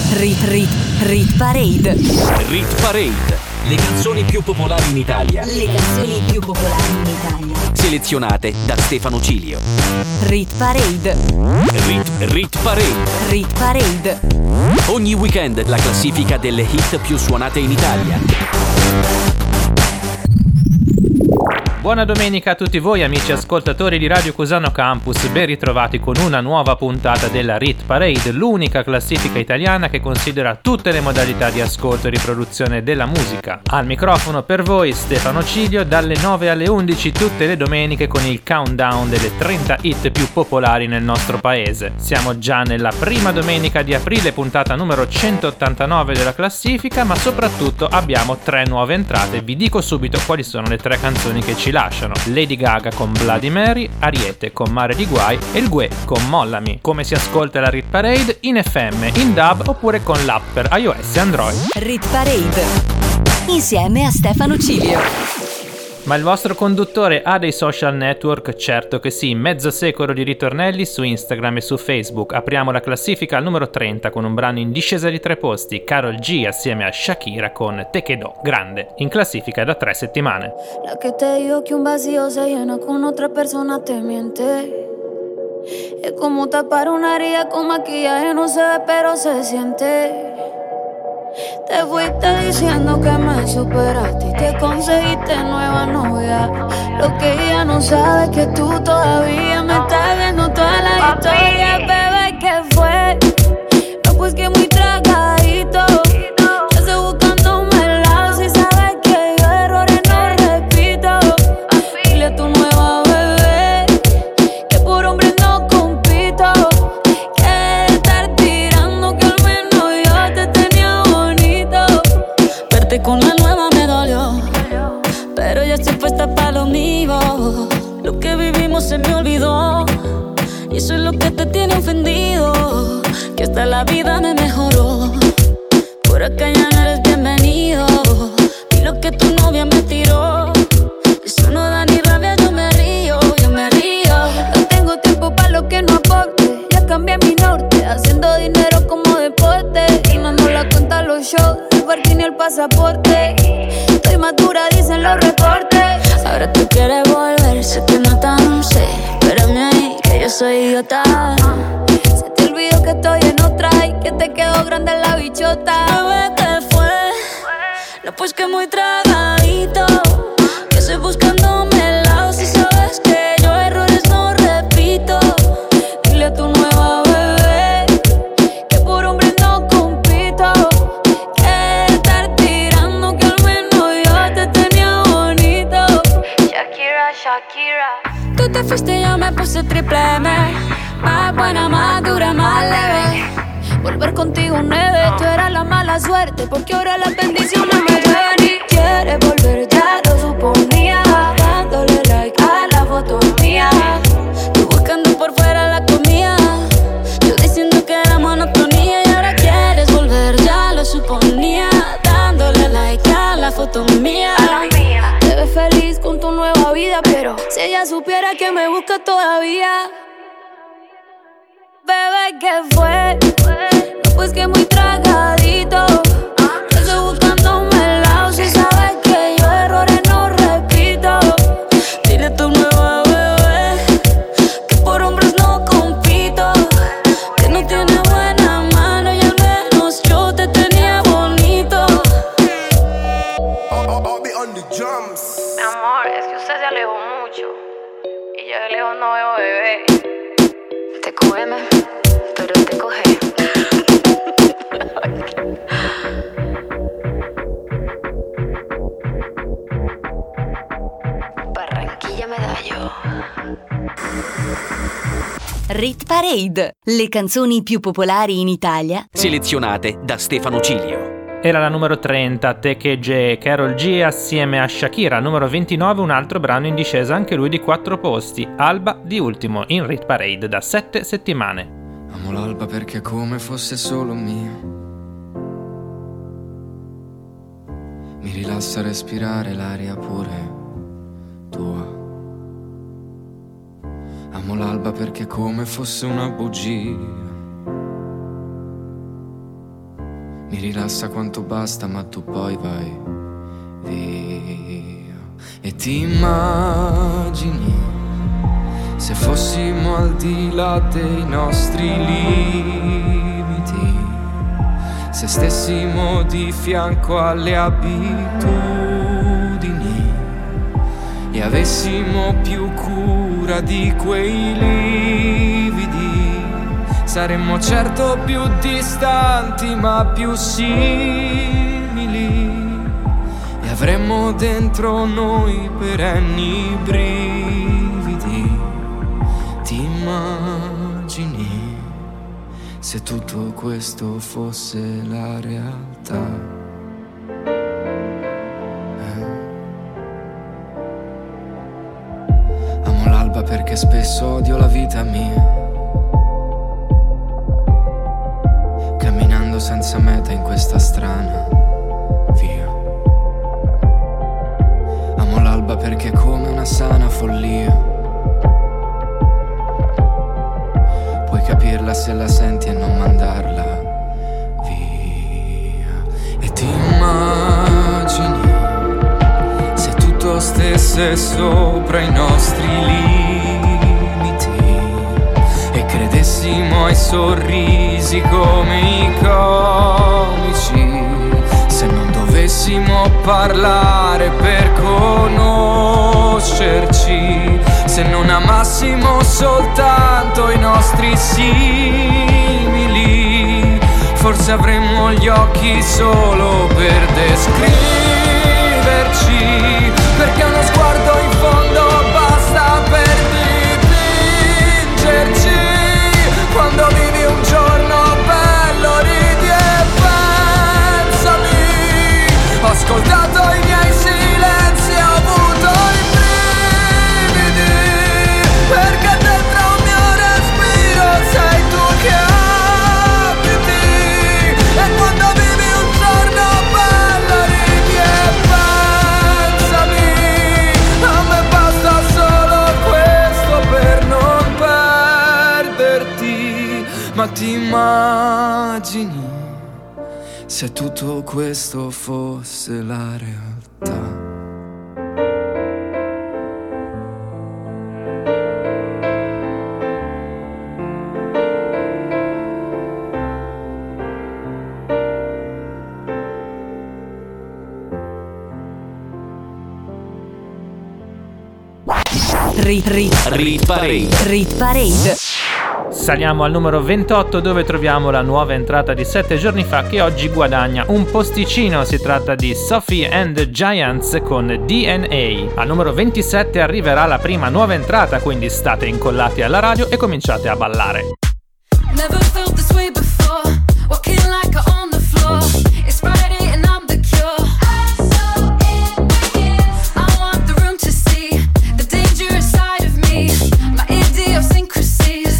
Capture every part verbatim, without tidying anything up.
Rit Rit Rit Parade. Rit Parade. Le canzoni più popolari in Italia. Le canzoni più popolari in Italia. Selezionate da Stefano Cilio. Rit Parade. Rit Rit Parade. Rit Parade. Ogni weekend la classifica delle hit più suonate in Italia. Buona domenica a tutti voi amici ascoltatori di Radio Cusano Campus, ben ritrovati con una nuova puntata della Rit Parade, l'unica classifica italiana che considera tutte le modalità di ascolto e riproduzione della musica. Al microfono per voi Stefano Cilio, dalle nove alle undici tutte le domeniche con il countdown delle trenta hit più popolari nel nostro paese. Siamo già nella prima domenica di aprile, puntata numero centottantanove della classifica, ma soprattutto abbiamo tre nuove entrate. Vi dico subito quali sono le tre canzoni che ci lasciano: Lady Gaga con Bloody Mary, Ariete con Mare di Guai e il Gue con Mollami. Come si ascolta la Rit Parade? In F M, in D A B oppure con l'app per iOS e Android. Rit Parade insieme a Stefano Cilio. Ma il vostro conduttore ha dei social network? Certo che sì, mezzo secolo di ritornelli su Instagram e su Facebook. Apriamo la classifica al numero trenta con un brano in discesa di tre posti, Karol G assieme a Shakira con Te Quedó, grande, in classifica da tre settimane. La que te dijo que un vacío se llena con otra persona te miente. Es como tapar una herida con maquillaje, no se ve pero se siente. Te fuiste diciendo que me superaste y que conseguiste nueva novia. Lo que ella no sabe es que tú todavía me estás viendo toda la historia. Bebé, ¿qué fue? No, pues que muy tragadito. Yo estoy buscándome el lado. Si sabes que yo errores no repito. Dile a tu nueva bebé que por hombre no compito. Que estar tirando que al menos yo te tenía bonito. Verte con la nueva me dolió, pero ya estoy puesta para lo mío. Lo que vivimos se me olvidó y eso es lo que te tiene ofendido. Que hasta la vida me mejoró. Por acá ya no eres bienvenido. Y lo que tu novia me tiró, eso no da ni rabia, yo me río, yo me río. No tengo tiempo para lo que no aporte. Ya cambié mi norte, haciendo dinero como deporte. Y no nos la cuentan los shows, el parking y el pasaporte. Estoy madura, dicen los reportes. Ahora tú quieres volver, sé que no tan sé. Espérame ahí, que yo soy idiota. Se te olvidó que estoy en otra y que te quedó grande la bichota. Bebé, ¿qué fue? No, pues que muy tragadito. Que estoy buscándome el lado. Si sabes que yo errores no repito. Dile a tu nueva bebé que por hombre no compito. Que estar tirando que al menos yo te tenía bonito. Shakira, Shakira. Tú te fuiste y yo me puse triple M. Más buena, más dura, más leve. Volver contigo nueve. Tú eras la mala suerte porque ahora las bendiciones me llueven. Y quieres volver, ya lo suponía. Dándole like a la foto mía. Tú buscando por fuera la comida. Yo diciendo que era monotonía. Y ahora quieres volver, ya lo suponía. Dándole like a la foto mía. Te ves feliz con tu nueva vida, pero si ella supiera que me busca todavía. Bebé, ¿qué fue? No, pues que muy tragadito. Yo estoy buscándome el lado. Si sabes que yo errores no repito. Dile a tu nueva bebé que por hombres no compito. Que no tiene buena mano y al menos yo te tenía bonito. Mi amor, es que usted se alejó mucho y yo de lejos no veo bebé. Te cógeme, pero te coge. Barranquilla Medallo. Rit Parade, le canzoni più popolari in Italia, Selezionate da Stefano Cilio. Era la numero trenta, Te Quedó, Karol G assieme a Shakira. Numero ventinove, un altro brano in discesa, anche lui di quattro posti, Alba di ultimo in Rit Parade da sette settimane. Amo l'alba perché è come fosse solo mia. Mi rilassa respirare l'aria pure tua. Amo l'alba perché è come fosse una bugia. Mi rilassa quanto basta, ma tu poi vai via. E ti immagini se fossimo al di là dei nostri limiti, se stessimo di fianco alle abitudini e avessimo più cura di quei lividi, saremmo certo più distanti ma più simili, e avremmo dentro noi perenni brividi. Ti immagini se tutto questo fosse la realtà? Perché spesso odio la vita mia, camminando senza meta in questa strana via. Amo l'alba perché è come una sana follia, puoi capirla se la senti e non mandarla via. E ti immagini se tutto stesse sopra i nostri limiti e credessimo ai sorrisi come i comici, se non dovessimo parlare per conoscerci, se non amassimo soltanto i nostri simili, forse avremmo gli occhi solo per descriverci, perché uno sguardo in fondo basta per dipingerci. Quando vivi un giorno bello ridi e pensami, ho ascoltato i miei silenzi e ho avuto i brividi, perché dentro un mio respiro sei tu che abiti. E quando vivi un giorno bello ridi e pensami, a me basta solo questo per non perderti. Ma ti immagini se tutto questo fosse la realtà? Rit, rit, Rit Parade. Rit Parade. Saliamo al numero ventotto, dove troviamo la nuova entrata di sette giorni fa che oggi guadagna un posticino. Si tratta di Sophie and the Giants con D N A. Al numero ventisette arriverà la prima nuova entrata, quindi state incollati alla radio e cominciate a ballare. Never felt this way before, walking like on the floor. It's Friday and I'm the cure. I'm so in I want the room to see the dangerous side of me, my idiosyncrasies.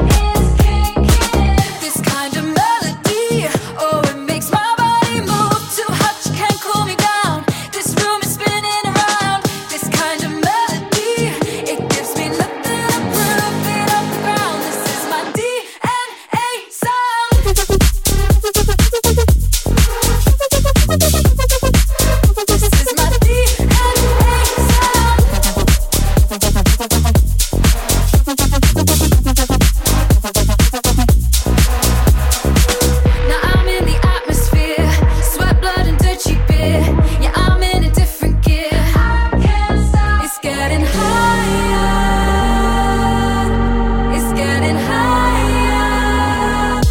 This kind of melody, oh, it makes my body move. Too hot, you can't cool me down. This room is spinning around. This kind of melody, it gives me nothing to prove. Feet off the ground, this is my D N A sound. This is my D N A sound. Now I'm in the atmosphere, sweat, blood and dirty beer. Yeah, I'm in a different gear. I can't stop. It's getting higher. It's getting higher.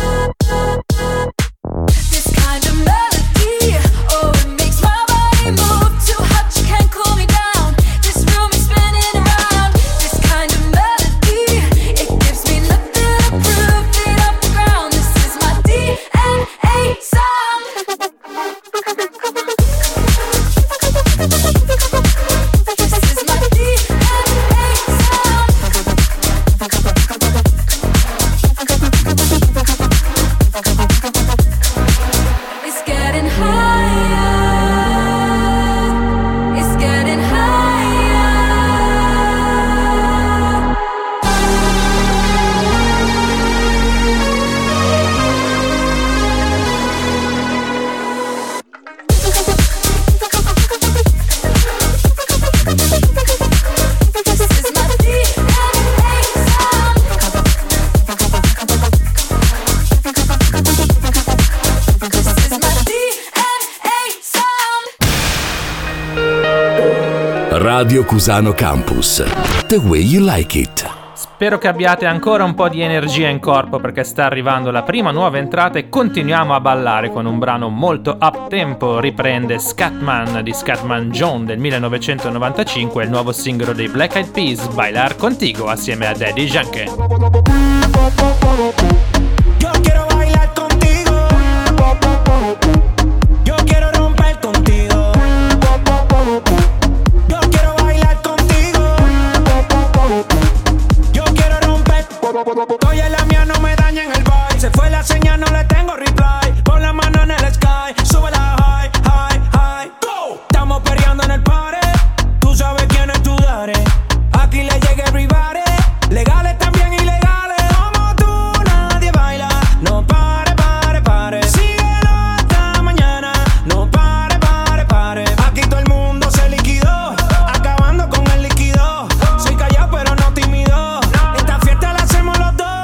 This kind of melody, oh, it makes my body move. Too hot, you can't cool me down. This room is spinning around. This kind of melody, it gives me nothing to prove. Feet off the ground, this is my D N A sound. This is my D N A sound. It's getting higher. It's getting higher. Radio Cusano Campus. The way you like it. Spero che abbiate ancora un po' di energia in corpo perché sta arrivando la prima nuova entrata e continuiamo a ballare con un brano molto up tempo. Riprende Scatman di Scatman John del millenovecentonovantacinque, il nuovo singolo dei Black Eyed Peas, Bailar Contigo, assieme a Daddy Yankee. Yo quiero bailar contigo. Yo quiero romper contigo. Yo quiero bailar contigo. Yo quiero romper. Estoy en la mía, no me dañen el vibe. Se fue la señal, no le tengo reply. Pon la mano en el sky, sube la high, high, high. Go. Estamos perreando en el party. Tú sabes quién es tu daddy. Aquí le llega everybody. Legales también ilegales. Como tú nadie baila. No pare, pare, pare. Síguelo hasta mañana. No pare, pare, pare. Aquí todo el mundo se liquidó. Acabando con el líquido. Soy callado pero no tímido. Esta fiesta la hacemos los dos.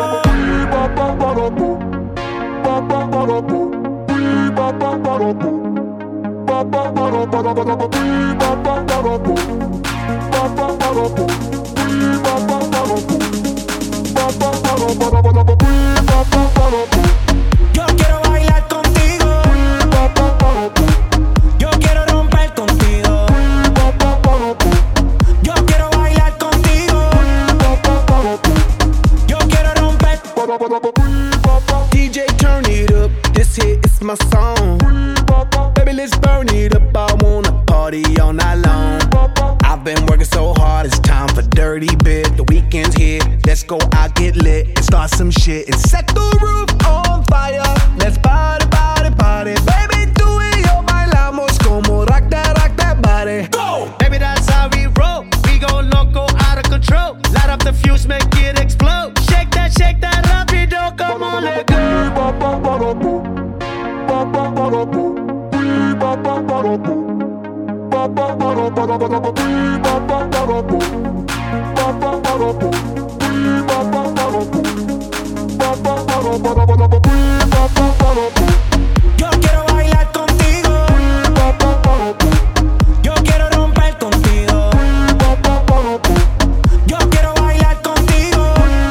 Yo quiero bailar contigo. Yo quiero romper contigo. Yo quiero bailar contigo. Yo quiero romper. D J, turn it up. This hit is my song. Baby, let's burn it up. I wanna party all night long. I've been working so hard, it's time for dirty bit. The weekend's here, let's go out, get lit, and start some shit and set the roof on fire. Let's party, party, party. Baby, tú y yo bailamos como rock that, rock that body. Go. Baby, that's how we roll. We go loco, out of control. Light up the fuse, make it explode. Shake that, shake that, rapido, come on, let go. Yo quiero bailar contigo. Yo quiero romper contigo. Yo quiero bailar contigo.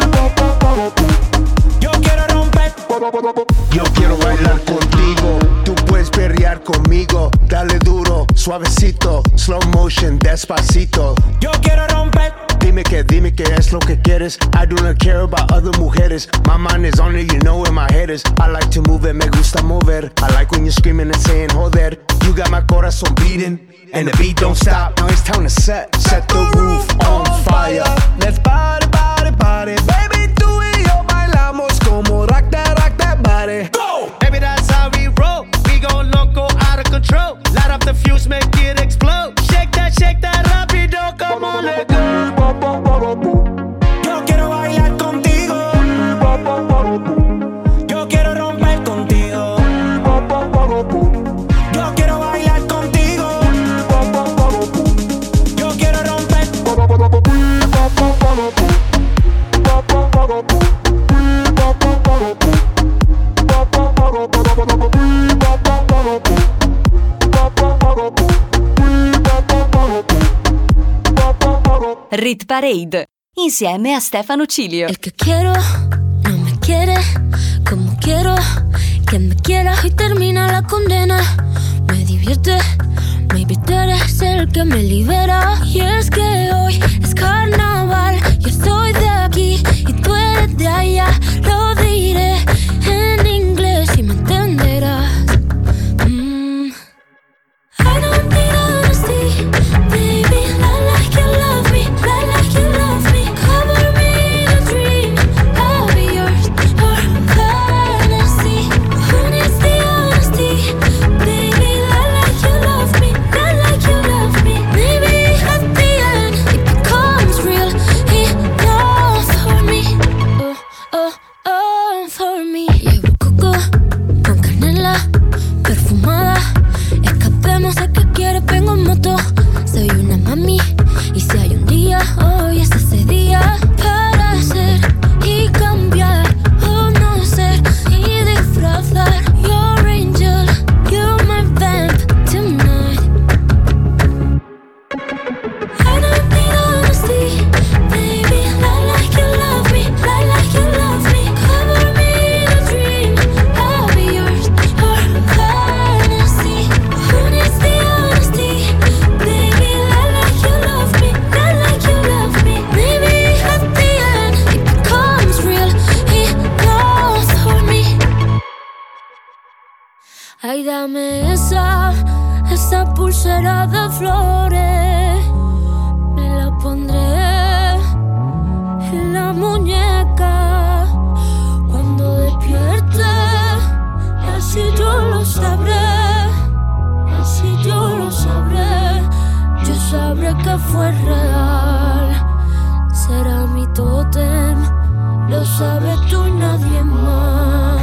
Yo quiero romper. Yo quiero bailar contigo. Tú puedes perrear conmigo. Dale duro, suavecito, slow motion, despacito. Yo quiero romper. Dime que, dime que es lo que quieres. I do not care about other mujeres. My mind is on it, you know where my head is. I like to move it, me gusta mover. I like when you're screaming and saying joder. You got my corazón beating, and the beat don't stop. Now it's time to set, set the roof on fire. Let's party, party, party. Baby, tú y yo bailamos como rock that, rock that body. Go. Baby, that's how we roll. We go loco, out of control. Light up the fuse, make it explode. Shake that, shake that, rapido, come on, let go. Yo quiero bailar contigo. Yo quiero romper contigo. Yo quiero bailar contigo. Yo quiero romper. Rit Parade insieme a Stefano Cilio. El que quiero no me quiere como quiero que me quiera y termina la condena. Me divierte, maybe tú eres el que me libera. Y es que hoy es carnaval, yo soy de aquí y tú eres de allá. Lo diré en inglés y me entenderás. Mm. I don't need honesty, baby, I like you love me, I like you love me. Cover me in a dream, I'll be yours for fantasy. Who needs the honesty, baby, I like you love me, I like you love me. Maybe at the end it becomes real enough for me, oh, oh, oh, for me. Yeah, we're Ay, dame esa, esa pulsera de flores. Me la pondré en la muñeca cuando despierte. Así yo lo sabré, así yo lo sabré. Yo sabré que fue real. Será mi tótem, lo sabes tú y nadie más.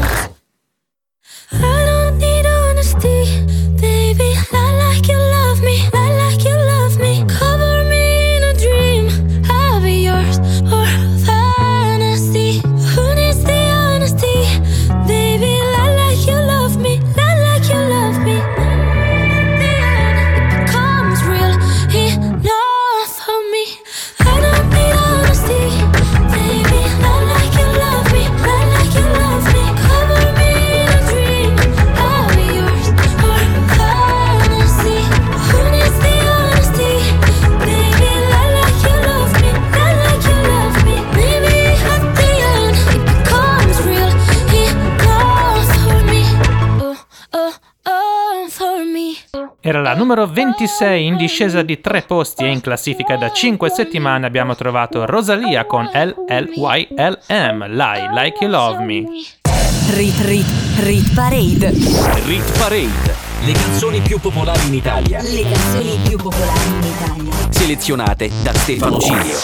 I don't need honesty, baby. Lie like you love me, lie like you love me. Cover me in a dream, I'll be yours or fantasy. Who needs the honesty, baby? Lie like you love me, lie like you love me. The end, it becomes real enough for me. I don't need honesty, baby. Lie like you love me, lie like you love me. Cover me in a dream, I'll be yours or fantasy. Who needs the honesty, baby? Lie like you love me, lie like you love me. Maybe at the end it becomes real enough for me. Oh, oh, oh, for me. Era la numero ventisei, in discesa di tre posti e in classifica da cinque settimane abbiamo trovato Rosalia con L L Y L M, Lie Like You Love Me. Rit Rit Rit Parade. Rit Parade, le canzoni più popolari in Italia. Le canzoni più popolari in Italia. Selezionate da Stefano Cilio.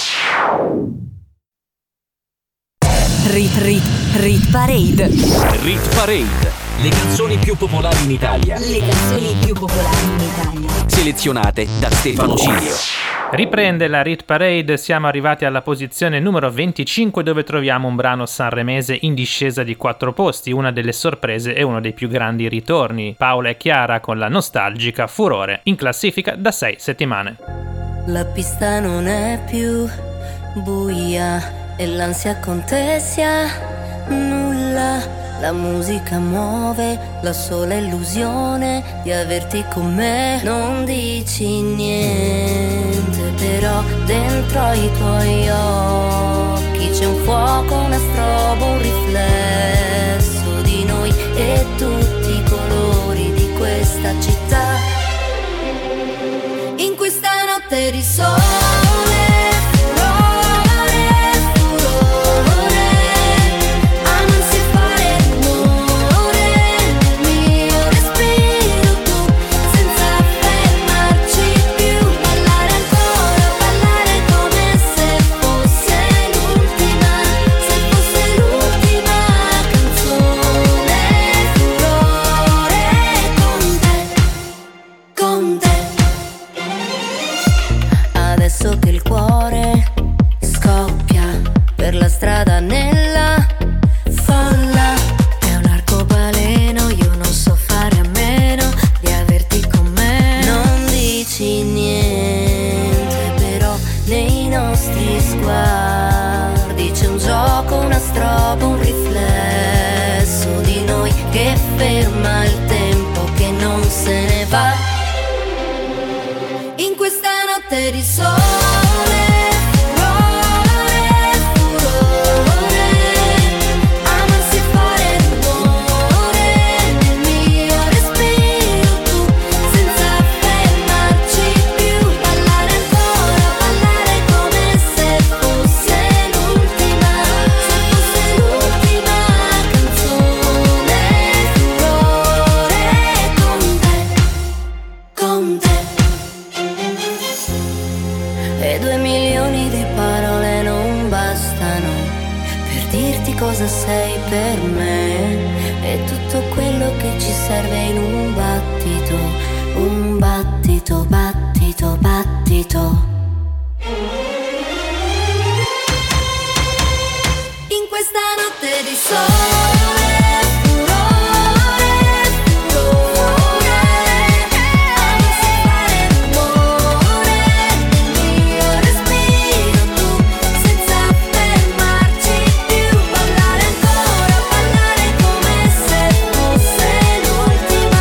Rit Rit Rit Parade. Rit Parade, le canzoni più popolari in Italia. Le canzoni più popolari in Italia. Selezionate da Stefano Cilio. Riprende la Rit Parade, siamo arrivati alla posizione numero venticinque dove troviamo un brano sanremese in discesa di quattro posti, una delle sorprese e uno dei più grandi ritorni. Paola e Chiara con la nostalgica Furore, in classifica da sei settimane. La pista non è più buia e l'ansia contessa nulla. La musica muove la sola illusione di averti con me. Non dici niente, però dentro ai tuoi occhi c'è un fuoco, una strobo, un riflesso di noi e tutti i colori di questa città. In questa notte di sole che il cuore scoppia per la strada nella folla. È un arcobaleno, io non so fare a meno di averti con me. Non dici niente, però nei nostri sguardi c'è un gioco, una strobo, un riflesso di noi che ferma il tempo che non se ne va. In questa notte di sole cosa sei per me, è tutto quello che ci serve in un battito, un battito, battito, battito. In questa notte di sole l'ultima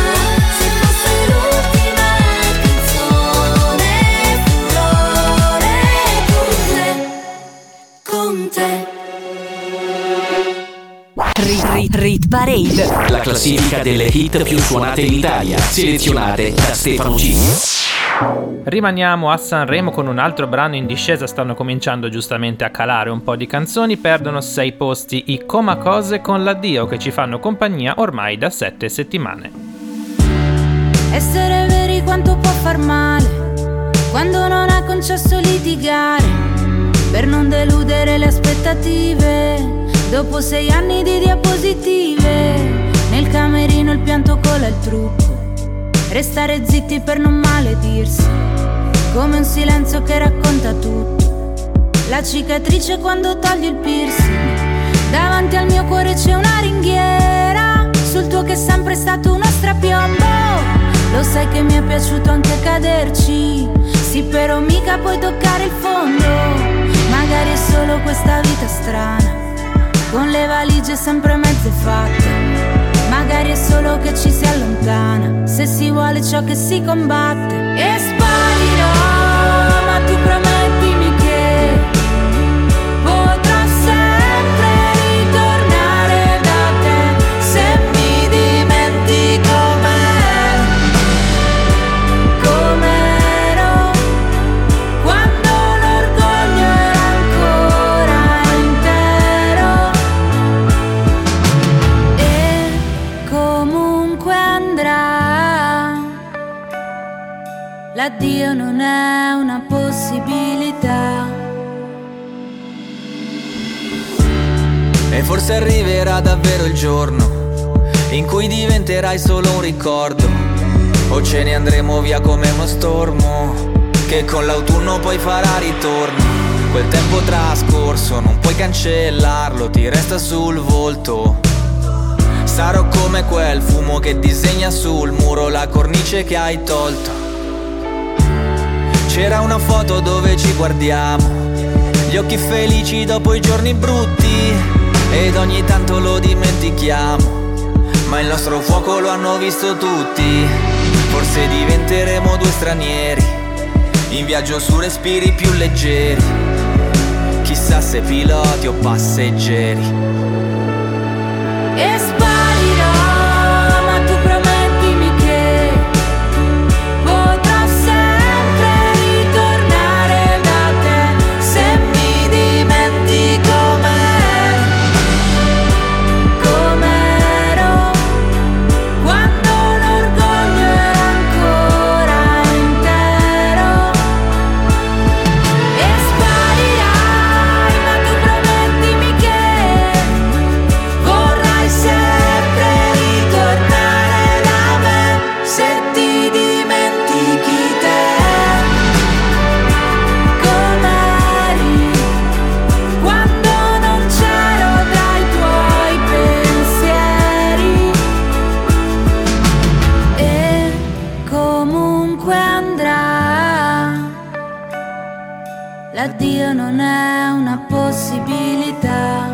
Parade, la classifica delle hit più suonate in Italia, selezionate da Stefano G. Rimaniamo a Sanremo con un altro brano in discesa, stanno cominciando giustamente a calare un po' di canzoni, perdono sei posti i Comacose con l'addio che ci fanno compagnia ormai da sette settimane. Essere veri quanto può far male, quando non ha concesso litigare, per non deludere le aspettative, dopo sei anni di diapositive, nel camerino il pianto cola il trucco, restare zitti per non maledirsi, come un silenzio che racconta tutto, la cicatrice quando togli il piercing, davanti al mio cuore c'è una ringhiera, sul tuo che è sempre stato uno strapiombo, lo sai che mi è piaciuto anche caderci, sì però mica puoi toccare il fondo, magari è solo questa vita strana, con le valigie sempre mezze fatte, magari è solo che ci si allontana, se si vuole ciò che si combatte. E sparirò, ma tu promettimi che potrò sempre ritornare da te, se mi dimentico me, com'ero, quando l'orgoglio era ancora intero. E comunque andrà, l'addio non è una possibilità. E forse arriverà davvero il giorno in cui diventerai solo un ricordo, o ce ne andremo via come uno stormo che con l'autunno poi farà ritorno. Quel tempo trascorso non puoi cancellarlo, ti resta sul volto. Sarò come quel fumo che disegna sul muro la cornice che hai tolto. C'era una foto dove ci guardiamo, gli occhi felici dopo i giorni brutti, ed ogni tanto lo dimentichiamo, ma il nostro fuoco lo hanno visto tutti. Forse diventeremo due stranieri, in viaggio su respiri più leggeri, chissà se piloti o passeggeri. E sparirò, ma tu promettimi che potrò sempre ritornare da te, se mi dimentico me, com'ero, quando l'orgoglio era ancora intero. E sparirai, ma tu promettimi che vorrai sempre ritornare da me, se ti dimentichi te, com'eri, quando non c'ero tra i tuoi pensieri. E comunque andrà, l'addio non è una possibilità,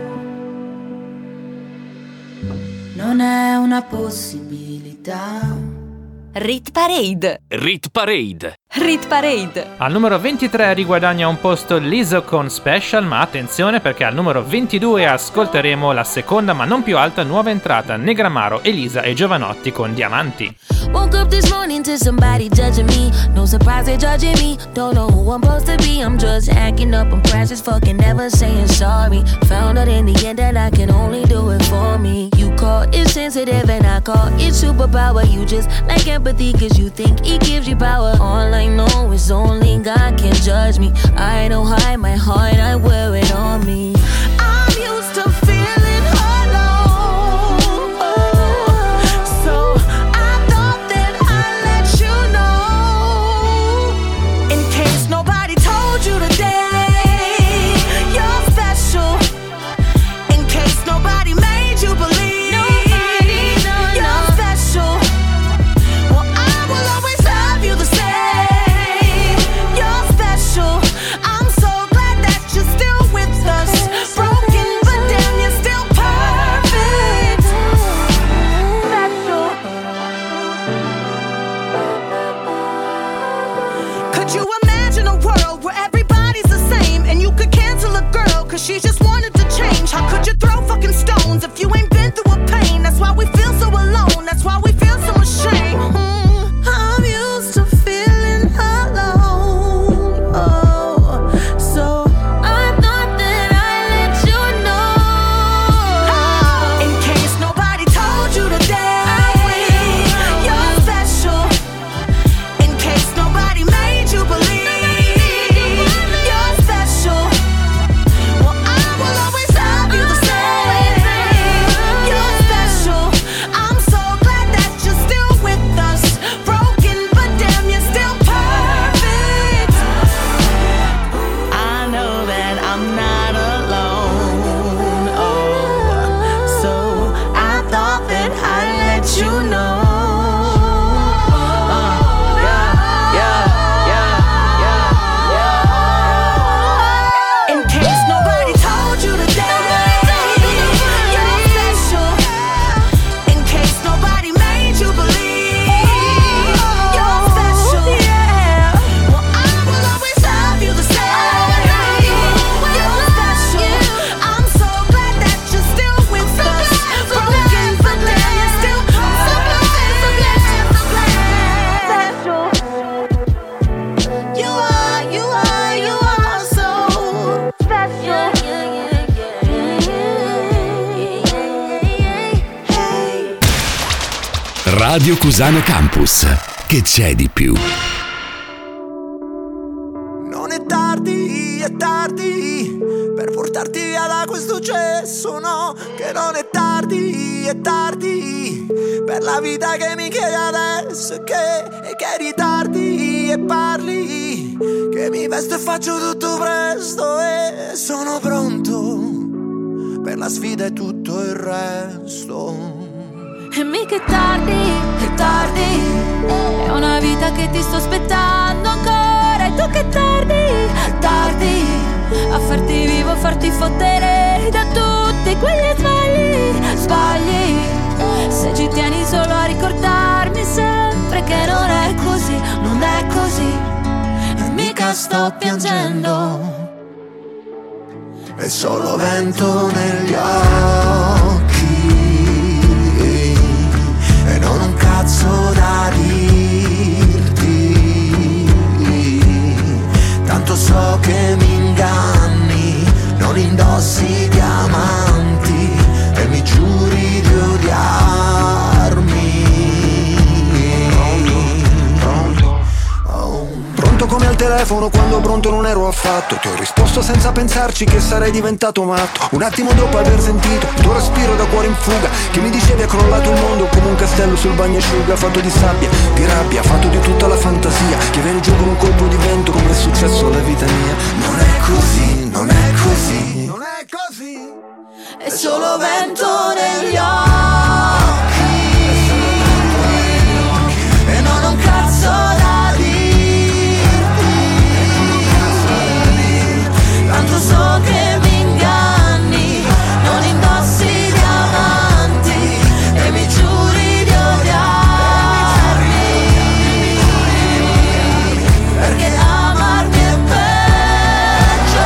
non è una possibilità. Rit Parade, Rit Parade. Rit Parade. Al numero ventitré riguadagna un posto Lizzo con Special, ma attenzione perché al numero ventidue ascolteremo la seconda ma non più alta nuova entrata, Negramaro, Elisa e Giovanotti con Diamanti. Woke up this morning to somebody judging me. No surprise they judging me. Don't know who I'm supposed to be. I'm just acting up. I'm precious fucking never saying sorry. Found out in the end that I can only do it for me. You call it sensitive and I call it superpower. You just like empathy cause you think it gives you power. All I know is only God can judge me. I don't hide my heart, I wear it on me. I'm used to feeling alone, so I thought that I'd let you know, in case nobody told you today, you're special, in case nobody made you believe nobody, no, you're no. special. Well, I will always love you the same. You're special. I'm so glad that you're still with us. Broken, but damn, you're still perfect. Special. Could you imagine a world where everybody's the same and you could cancel a girl cause she just wanted to change? How could you throw fucking stones if you ain't been through a let you know. Radio Cusano Campus. Che c'è di più? Non è tardi, è tardi per portarti via da questo cesso, no. Che non è tardi, è tardi per la vita che mi chiedi adesso. E che, e che ritardi e parli, che mi vesto e faccio tutto presto. E sono pronto per la sfida e tutto il resto. E mica è tardi, è tardi, è una vita che ti sto aspettando ancora. E tu che tardi, tardi, a farti vivo, a farti fottere da tutti quegli sbagli, sbagli. Se ci tieni solo a ricordarmi sempre che non è così, non è così. E mica sto piangendo, è solo vento negli occhi e non un cazzo da dirti. Tanto so che mi inganni, non indossi diamanti e mi giuri di odiarmi. Pronto, pronto, pronto come al telefono quando pronto non ero affatto. Ti ho risposto senza pensarci che sarei diventato matto. Un attimo dopo aver sentito il tuo respiro da cuore in fuga, che mi dicevi è crollato il mondo come un castello sul bagnasciuga, fatto di sabbia, di rabbia, fatto di tutta la fantasia, che viene giù con un colpo di vento come è successo alla vita mia. Non è così, non è così, non è così. è solo vento negli occhi e non un cazzo da dirti. Tanto so che mi inganni, non indossi diamanti e mi giuri di odiarmi, perché amarmi è peggio,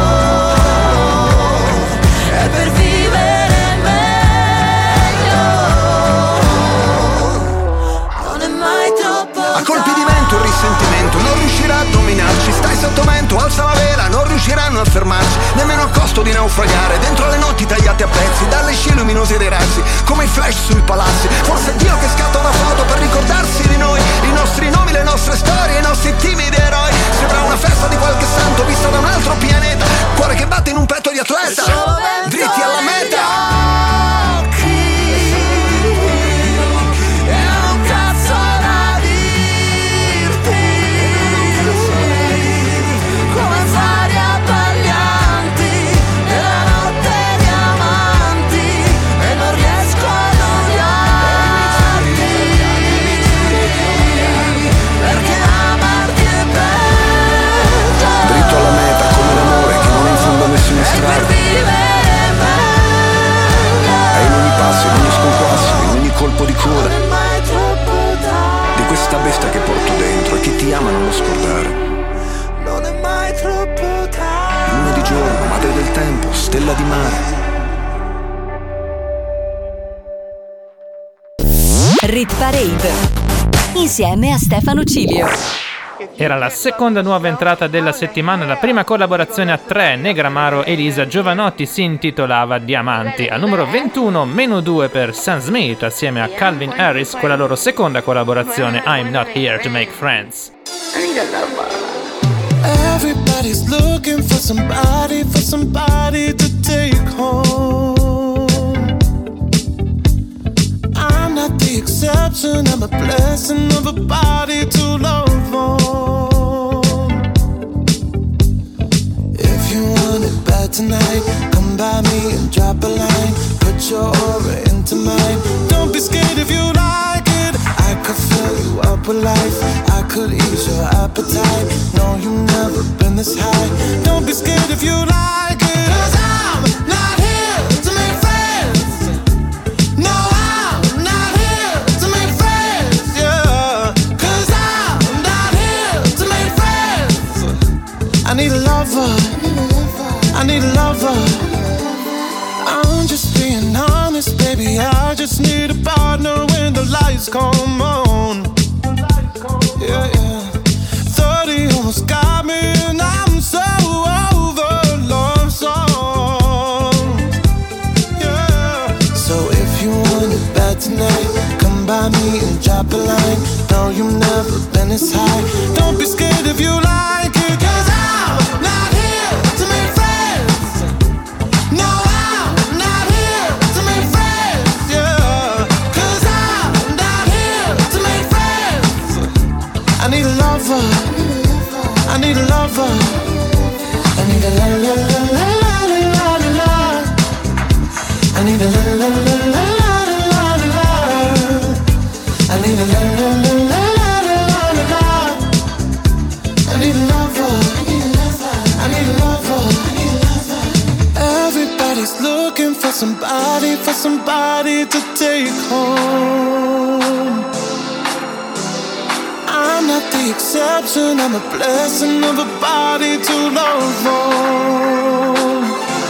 è per vivere meglio, non è mai troppo tardi. A colpi di vento il risentimento non riuscirà a dominarci, stai sotto vento, alza la vela, non riusciranno a fermarci, nemmeno a costo di naufragare dentro le notti tagliate a pezzi dalle scie luminose dei razzi, come i flash sui palazzi. Forse è Dio che scatta una foto per ricordarsi di noi, i nostri nomi, le nostre storie, i nostri timidi eroi. Sembra una festa di qualche santo vista da un altro pianeta, cuore che batte in un petto di atleta, dritti alla meta. E in ogni passo, in ogni sconquasso, in ogni colpo di coda di questa bestia che porto dentro, e chi ti ama non lo scordare. Non è mai troppo tardi. Luna di giorno, madre del tempo, stella di mare. Rit Parade insieme a Stefano Cilio. Era la seconda nuova entrata della settimana, la prima collaborazione a tre, Negramaro e Elisa Giovanotti, si intitolava Diamanti. Al numero ventuno, meno due per Sam Smith assieme a Calvin Harris, con la loro seconda collaborazione I'm Not Here to Make Friends. Everybody's looking for somebody, for somebody to take home. I'm not the exception, I'm a blessing of a body to love on. If you want it bad tonight, come by me and drop a line. Put your aura into mine. Don't be scared if you like it. I could fill you up with life, I could ease your appetite. No, you've never been this high. Don't be scared if you like it. 'Cause I'm not here to make friends. No, I'm not here to make friends, yeah. 'Cause I'm not here to make friends. I need a lover, I need a lover. I'm just being honest, baby, I just need a partner when the lights come on. Yeah, yeah. thirty almost got me and I'm so over love song. Yeah. So if you want it bad tonight, come by me and drop a line. No, you've never been this high. Don't be scared if you like it. 'Cause I'm not here to make friends. No, I'm not here to make friends, yeah. 'Cause I'm not here to make friends. I need a lover, I need a lover, I need a la la la la la la la la. I need a la la la la la la la. I need a la la la la la la la. I need a lover, I need a lover. Everybody's looking for somebody, for somebody to take home. I'm not the exception, I'm a blessing of a body to love on.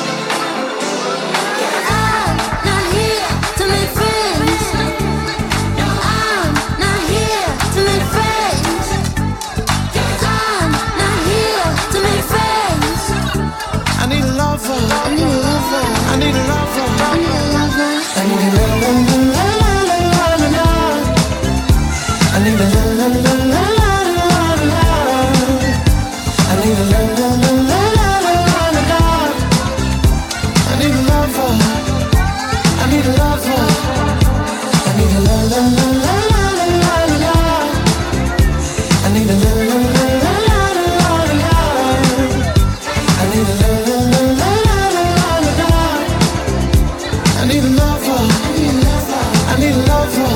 I'm not here to make friends. No, I'm not here to make friends. I'm not here to make friends. I need a lover, I need a lover, I need a lover, I need a lover, I need a la la la la la la la. I need a la la la la la la la. I need a la la la la la la la. I need a lover, I need a lover, I need a la la la la la la la. I need a la la la la la la la. I need a la la la la la la la. I need a lover, I need a lover.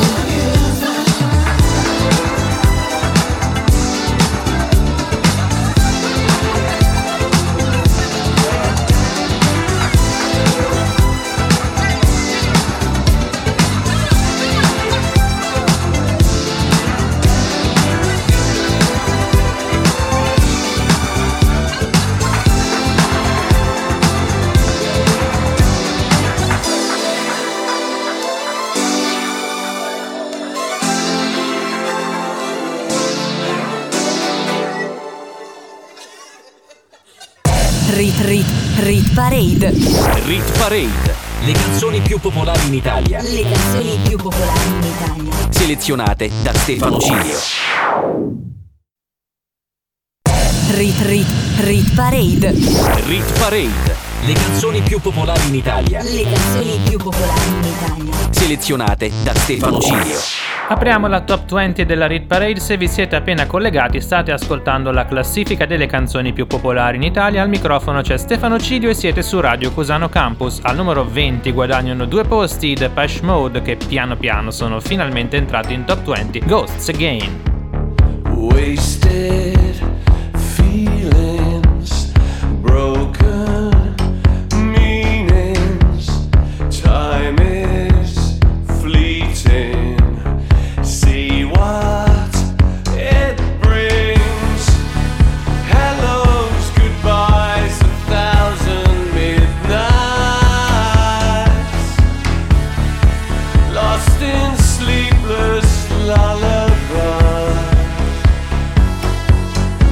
Rit Rit Rit Parade. Rit Parade. Le canzoni più popolari in Italia. Le canzoni più popolari in Italia. Selezionate da Stefano Cilio. Rit Rit Rit Parade. Rit Parade. Le canzoni più popolari in Italia. Le canzoni più popolari in Italia. Selezionate da Stefano Cilio. Apriamo la top venti della Rit Parade. Se vi siete appena collegati, state ascoltando la classifica delle canzoni più popolari in Italia. Al microfono c'è Stefano Cilio e siete su Radio Cusano Campus. Al numero venti guadagnano due posti i Depeche Mode, che piano piano sono finalmente entrati in top venti. Ghosts Again. Wasted feelings, broken meanings, time is fleeting. See what it brings. Hellos, goodbyes, a thousand midnights, lost in sleepless lullaby.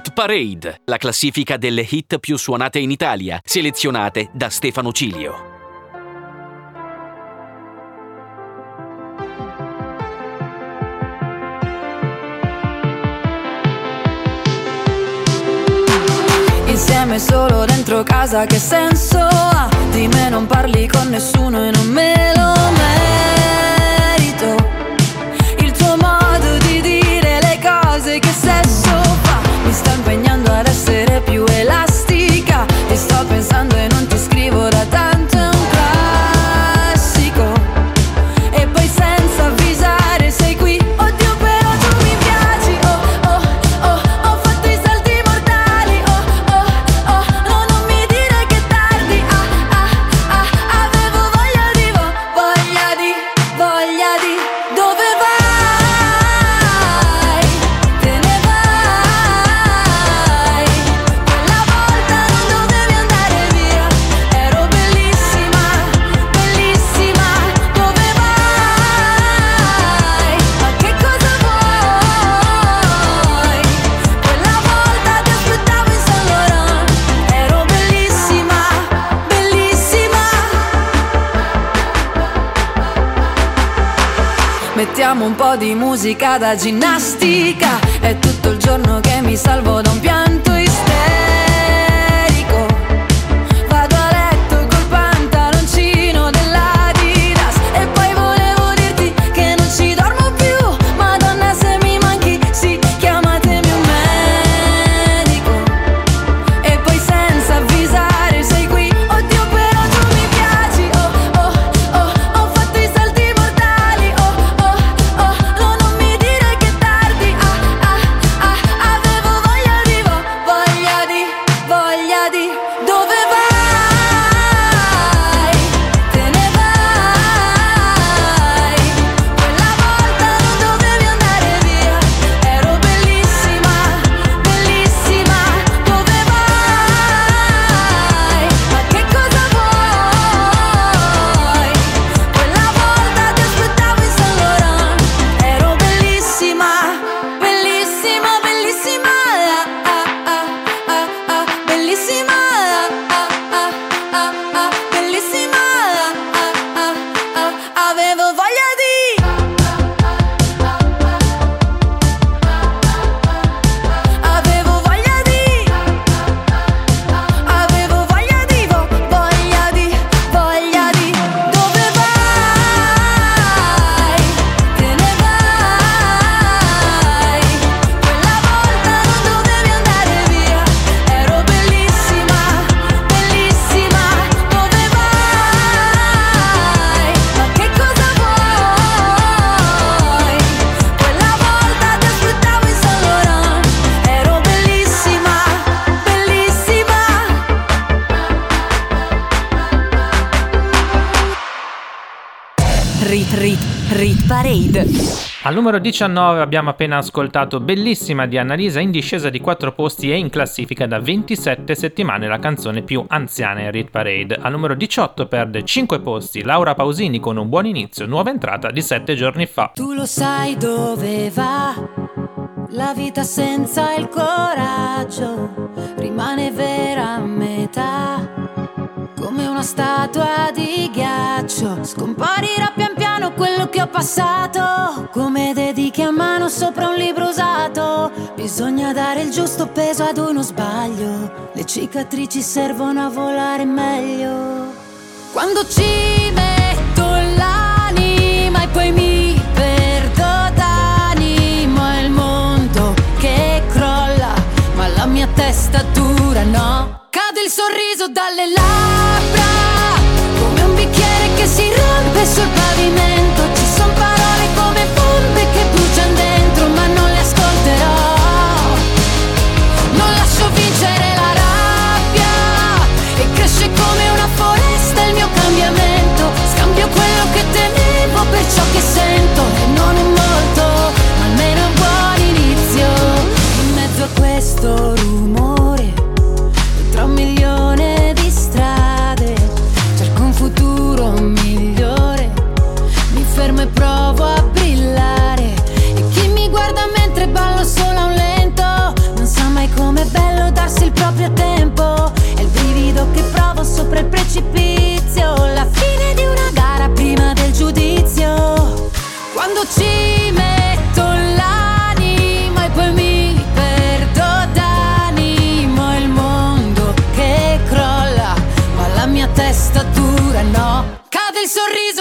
Rit Parade, la classifica delle hit più suonate in Italia, selezionate da Stefano Cilio. Insieme solo dentro casa che senso ha? Di me non parli con nessuno e non me lo merito. Il tuo modo di dire le cose che sesso fa mi sta impegnando ad essere più elastica. Ti sto pensando e non ti scrivo da tanto, è un classico. E poi senza avvisare sei qui. Oddio però tu mi piaci, oh oh oh. Ho fatto i salti mortali, oh oh oh. No, non mi dire che tardi, ah ah ah. Avevo voglia di, vo- voglia di, voglia di. Dove vai? Te ne vai. Quella volta non dovevi andare via. Ero bellissima, bellissima. Dove vai? Ma che cosa vuoi? Quella volta ti aspettavo in Saint Laurent. Ero bellissima, bellissima. Mettiamo un po' di musica da ginnastica. È tutto il giorno che mi salvo da un pianto isterico. Vado a letto col pantaloncino dell'Adidas. E poi volevo dirti che non ci dormo più. Madonna se mi manchi, sì, chiamatemi un medico. E poi senza avvisare sei qui. Oddio però tu mi piaci, oh oh oh. Ho fatto i salti mortali, oh oh oh. No, non mi dire che tardi, ah ah ah. Avevo voglia di, vo- voglia di, voglia di. Dove vai? Te ne vai. Quella volta non dovevi andare via. Ero bellissima, bellissima. Dove vai? Ma che cosa vuoi? Quella volta ti aspettavo in Saint Laurent. Ero bellissima, bellissima, bellissima. Ah, ah, ah, ah, ah. Bellissima, ah, ah, ah, ah. Bellissima, ah, ah, ah. Avevo voglia di. Avevo voglia di. Avevo voglia di, vo- voglia di, voglia di. Dove vai? Te ne vai. Quella volta non dovevi andare via. Ero bellissima, bellissima. Dove vai? Ma che cosa vuoi? Quella volta ti aspettavo in Saint Laurent. Ero bellissima, bellissima. Rit Rit Rit Parade. Al numero diciannove abbiamo appena ascoltato Bellissima di Annalisa, in discesa di quattro posti e in classifica da ventisette settimane, la canzone più anziana in Rit Parade. Al numero diciotto perde cinque posti Laura Pausini con Un buon inizio, nuova entrata di sette giorni fa. Tu lo sai dove va la vita senza il coraggio, rimane vera a metà, come una statua di ghiaccio. Scomparirà pian piano quello che ho passato, come dediche a mano sopra un libro usato. Bisogna dare il giusto peso ad uno sbaglio, le cicatrici servono a volare meglio. Quando ci metto l'anima e poi mi perdo d'animo, è il mondo che crolla, ma la mia testa dura no. Cade il sorriso dalle labbra, come un bicchiere che si rompe sul pavimento. Ci son parole come bombe che bruciano dentro, ma non le ascolterò. Non lascio vincere la rabbia, e cresce come una foresta il mio cambiamento. Scambio quello che temevo per ciò che sento, e non è molto, ma almeno è un buon inizio. In mezzo a questo rumore, tra un milione di strade,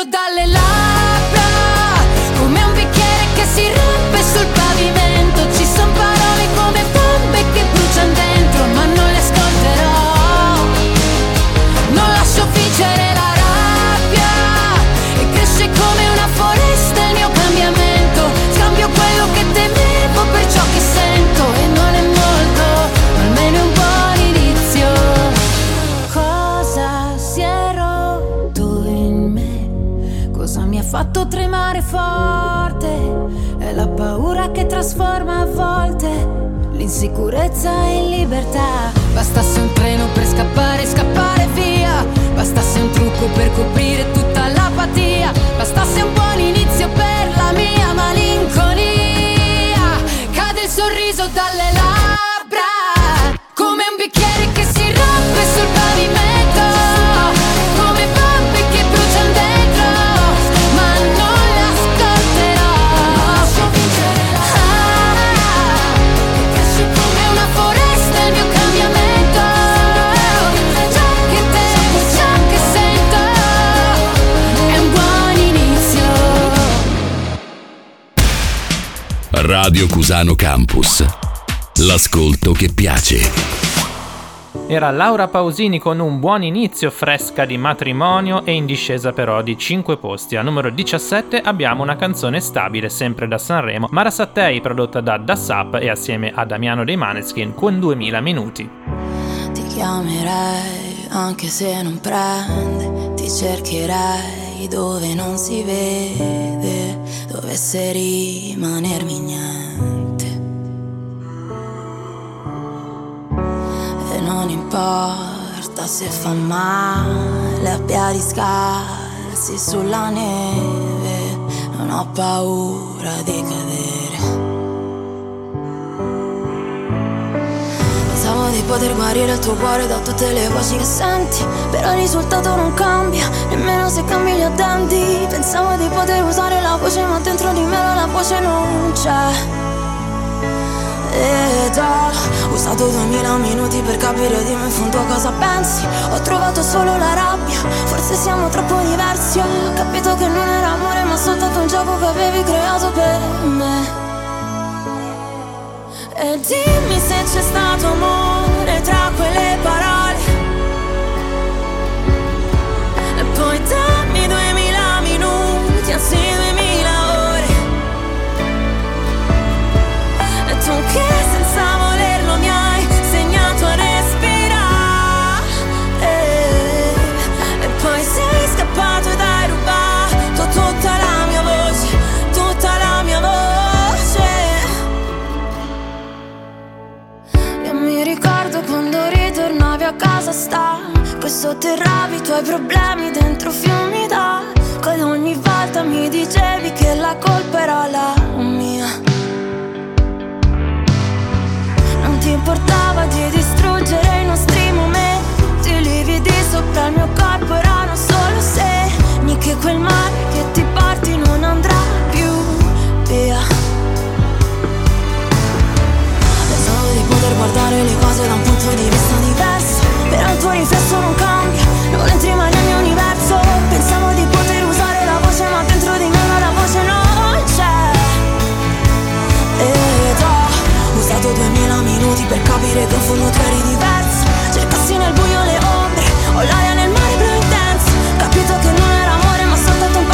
dalle labbra, come un bicchiere che si rompe sul pavimento. Ci son parole come bombe che bruciano dentro, ma non le ascolterò. Non lascio vincere la rabbia, e cresce come una foresta il mio cambiamento. Scambio quello che temevo per ciò che sento, e non è molto, ma almeno è un buon inizio. Cosa si è rotto in me? Cosa mi ha fatto tremare forte? È la paura che trasforma a volte l'insicurezza in libertà. Bastasse un treno per scappare, scappare via. Bastasse un trucco per coprire tutta l'apatia. Bastasse un buon inizio per la mia malinconia. Cade il sorriso dalle labbra, come un bicchiere che si rompe sul pavimento, come bombe che bruciano dentro, ma non le ascolterò. Ah, è una foresta il mio cambiamento. Ciò che temo, ciò che sento, è un buon inizio. Radio Cusano Campus. L'ascolto che piace. Era Laura Pausini con Un buon inizio, fresca di matrimonio e in discesa però di cinque posti. Al numero diciassette abbiamo una canzone stabile sempre da Sanremo, Mara Sattei, prodotta da Das Up e assieme a Damiano dei Maneskin con duemila minuti. Ti chiamerei anche se non prende, ti cercherei dove non si vede, dovesse rimanermi niente. E non importa se fa male a piedi scarsi sulla neve, non ho paura di cadere. Pensavo di poter guarire il tuo cuore da tutte le voci che senti, però il risultato non cambia, nemmeno se cambi gli addenti. Pensavo di poter usare la voce, ma dentro di me la voce non c'è. Ed ho usato duemila minuti per capire di me in fondo cosa pensi. Ho trovato solo la rabbia, forse siamo troppo diversi. Ho capito che non era amore, ma soltanto un gioco che avevi creato per me. E dimmi se c'è stato amore tra quelle parole, e poi dammi duemila minuti, anzi duemila ore. E tu che senza volerlo mi hai segnato a respirare, e poi sei scappato ed hai rubato tutta la mia voce, tutta la mia voce. Mi ricordo quando ritornavi a casa stanco e sotterravi i tuoi problemi dentro fiumi d'acqua, ed ogni volta mi dicevi che la colpa era la mia. Non ti importava di distruggere i nostri momenti, i lividi sopra il mio corpo erano solo segni che quel mare che ti porti non andrà più via. Di poter guardare le cose da un punto di vista diverso, però il tuo riflesso non cambia, non entri mai nel mio universo. Pensavo di poter usare la voce, ma dentro di me la voce non c'è. Ed ho usato duemila minuti per capire che in fondo tu eri diverso. Cercassi nel buio le ombre, o l'aria nel mare blu intenso. Capito che non era amore, ma soltanto un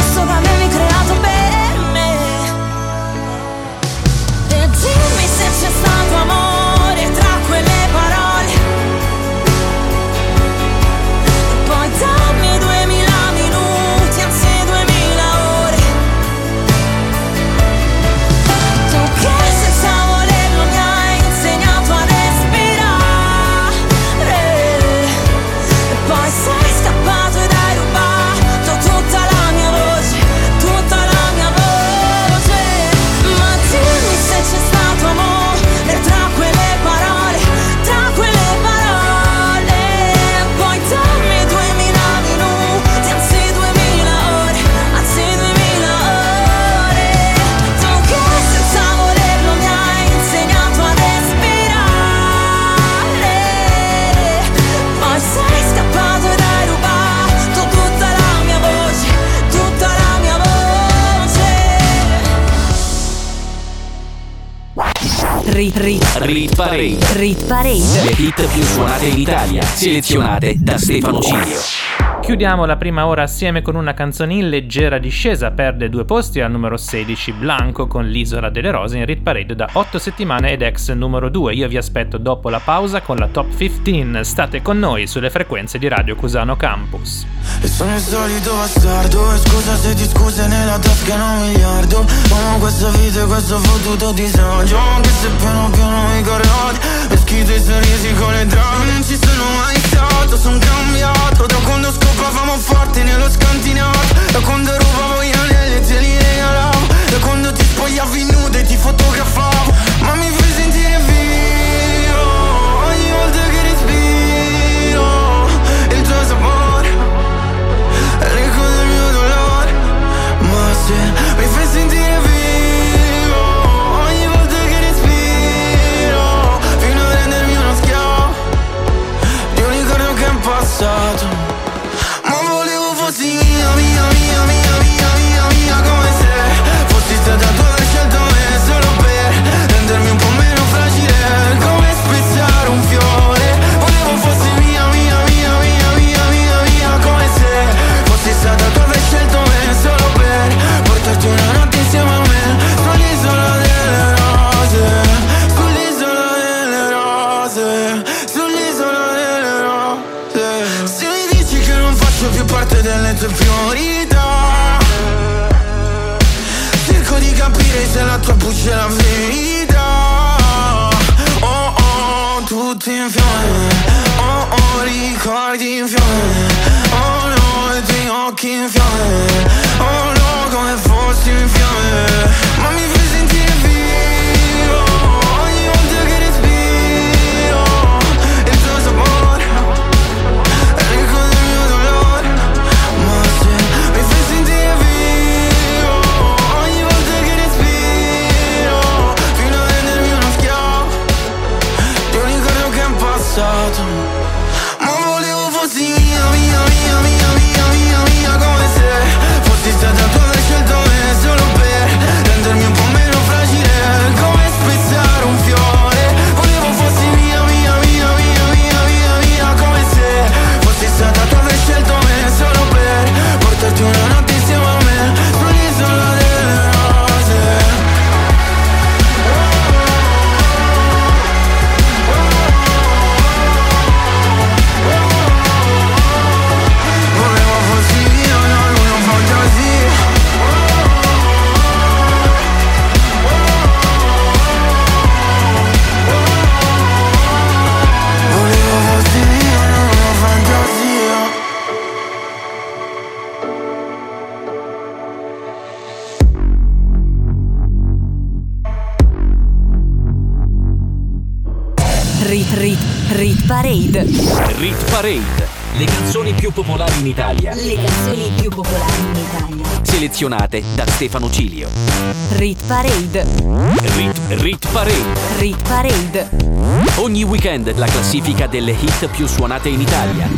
Rit, rit, Rit Parade. Rit Parade. Le hit più suonate in Italia, selezionate da Stefano Cilio. Chiudiamo la prima ora assieme con una canzone in leggera discesa, perde due posti al numero sedici, Blanco con l'Isola delle Rose in Rit Parade da otto settimane ed ex numero due. Io vi aspetto dopo la pausa con la Top quindici, state con noi sulle frequenze di Radio Cusano Campus. E sono il solito bastardo, e scusa se ti scuse nella tasca un miliardo. Amo questa vita e questo fottuto disagio, anche se piano piano mi corrodi, e schito i sorrisi con le drame. Non ci sono mai stato, son cambiato da quando scopavamo forti nello scantinato, da quando rubavo gli anelli e te li regalavo, da quando ti spogliavi nude e ti fotografavo. Ma mi fai sentire vivo ogni volta che respiro il tuo sapore, l'eco del mio dolore. Ma se mi fai sentire vivo ogni volta che respiro, fino a rendermi uno schiavo di un ricordo che è passato. Ma volevo fossi mia, mia, mia, mia, mia, mia, mia, come se fossi stata tu aver scelto me solo per rendermi un po' meno fragile, come spezzare un fiore. Volevo fossi mia, mia, mia, mia, mia, mia, mia, come se fossi stata tu aver scelto me solo per portarti una notte insieme a me sull'isola delle rose, sull'isola delle rose, sull'isola delle rose. Se mi dici che non faccio più parte delle tue priorità, cerco di capire se la tua voce è la verità. Oh oh, tutti in fiamme, oh oh, ricordi in fiamme, oh no, i tuoi occhi in fiamme, oh no, come fossi in fiamme. Ma mi fai sentire vivo ogni volta che respiro il tuo sapore, l'eco del mio dolore. Ma se mi fai sentire vivo ogni volta che respiro, fino a rendermi uno schiavo di un ricordo che è passato. Ma volevo fossi mia, mia, mia, mia, mia, mia, mia, come se fossi stata tu aver scelto me solo per rendermi un po' meno fragile, come spezzare un fiore. Volevo fossi mia, mia, mia, mia, mia, mia, mia, come se fossi stata tu aver scelto me solo per portarti una notte insieme a me sull'isola delle rose. Volevo fossi mia, una luna fantasia. Volevo fossi mia, una luna fantasia. Rit, rit, Rit Parade. Rit Parade. Le canzoni più popolari in Italia, Le canzoni più popolari in Italia. selezionate da Stefano Cilio. Rit Parade. Rit, Rit Parade. Rit Parade. Ogni weekend la classifica delle hit più suonate in Italia.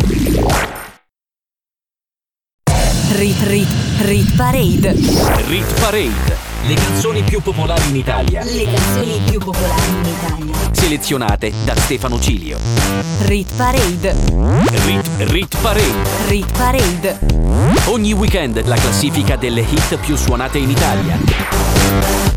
Rit, rit, Rit Parade. Rit Parade. Le canzoni più popolari in Italia, Le canzoni più popolari in Italia. selezionate da Stefano Cilio. Rit Parade. Rit, Rit Parade. Rit Parade. Ogni weekend la classifica delle hit più suonate in Italia.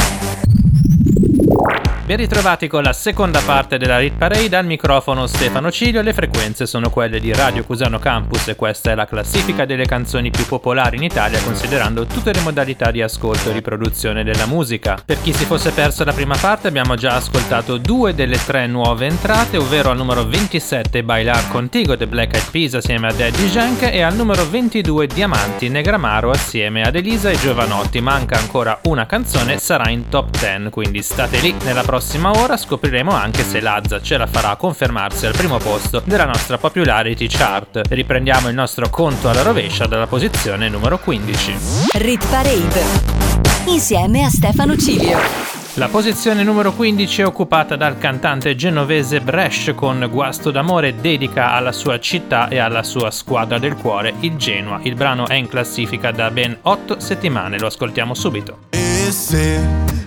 Ben ritrovati con la seconda parte della Rit Parade, al microfono Stefano Cilio. Le frequenze sono quelle di Radio Cusano Campus e questa è la classifica delle canzoni più popolari in Italia, considerando tutte le modalità di ascolto e riproduzione della musica. Per chi si fosse perso la prima parte, abbiamo già ascoltato due delle tre nuove entrate, ovvero al numero ventisette Bailar Contigo The Black Eyed Peas assieme a Daddy Yankee e al numero ventidue Diamanti Negramaro assieme ad Elisa e Giovanotti. Manca ancora una canzone, sarà in top dieci, quindi state lì. Nella prossima prossima ora scopriremo anche se Lazza ce la farà a confermarsi al primo posto della nostra popularity chart. Riprendiamo il nostro conto alla rovescia dalla posizione numero quindici. Rit Parade insieme a Stefano Cilio. La posizione numero quindici è occupata dal cantante genovese Bresh con Guasto d'amore, dedica alla sua città e alla sua squadra del cuore, il Genoa. Il brano è in classifica da ben otto settimane, lo ascoltiamo subito. E se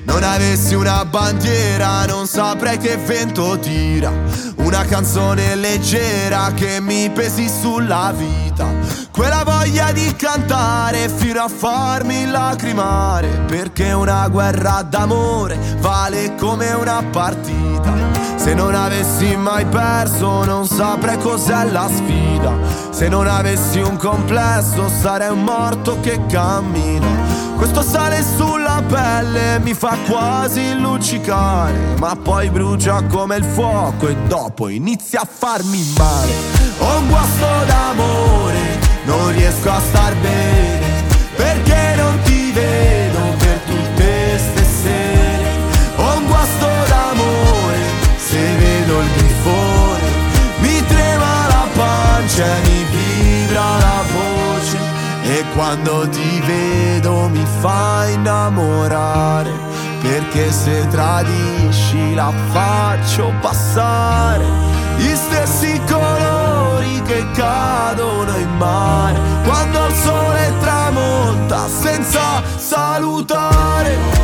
non avessi una bandiera non saprei che vento tira. Una canzone leggera che mi pesi sulla vita, quella voglia di cantare fino a farmi lacrimare, perché una guerra d'amore vale come una partita. Se non avessi mai perso non saprei cos'è la sfida. Se non avessi un complesso sarei un morto che cammina. Questo sale sulla pelle mi fa quasi luccicare, ma poi brucia come il fuoco e dopo inizia a farmi male. Ho un guasto d'amore, non riesco a star bene, perché non ti vedo per tutte ste sere. Ho un guasto d'amore, se vedo il grifone mi trema la pancia e mi vibra la voce, e quando ti vedo mi fa innamorare, perché se tradisci la faccio passare. Gli stessi colori che cadono in mare quando il sole tramonta senza salutare.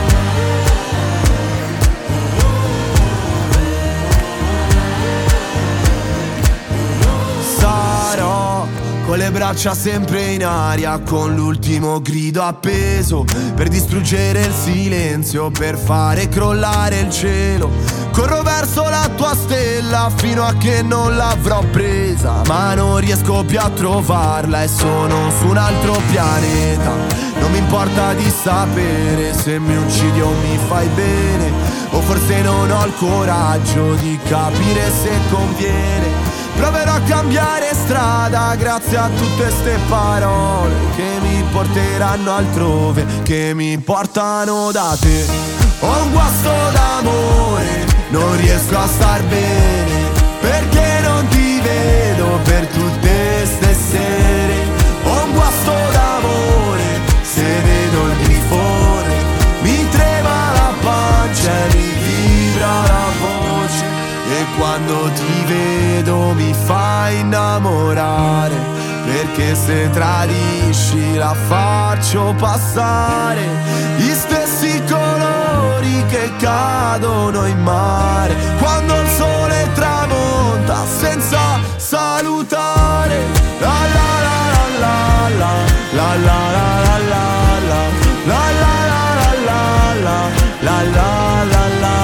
Sarò con le braccia sempre in aria, con l'ultimo grido appeso per distruggere il silenzio, per fare crollare il cielo. Corro verso la tua stella fino a che non l'avrò presa, ma non riesco più a trovarla e sono su un altro pianeta. Non mi importa di sapere se mi uccidi o mi fai bene, o forse non ho il coraggio di capire se conviene. Proverò a cambiare strada grazie a tutte ste parole che mi porteranno altrove, che mi portano da te. Ho un guasto d'amore, non riesco a star bene, perché non ti vedo per tutte ste sere. Ho un guasto d'amore, se vedo il grifone mi trema la pancia e mi vibra la voce, e quando ti vedo mi fai innamorare, perché se tradisci la faccio passare. Gli stessi colori che cadono in mare quando il sole tramonta senza salutare. La la la la la la la la la la la la la la la la la la la.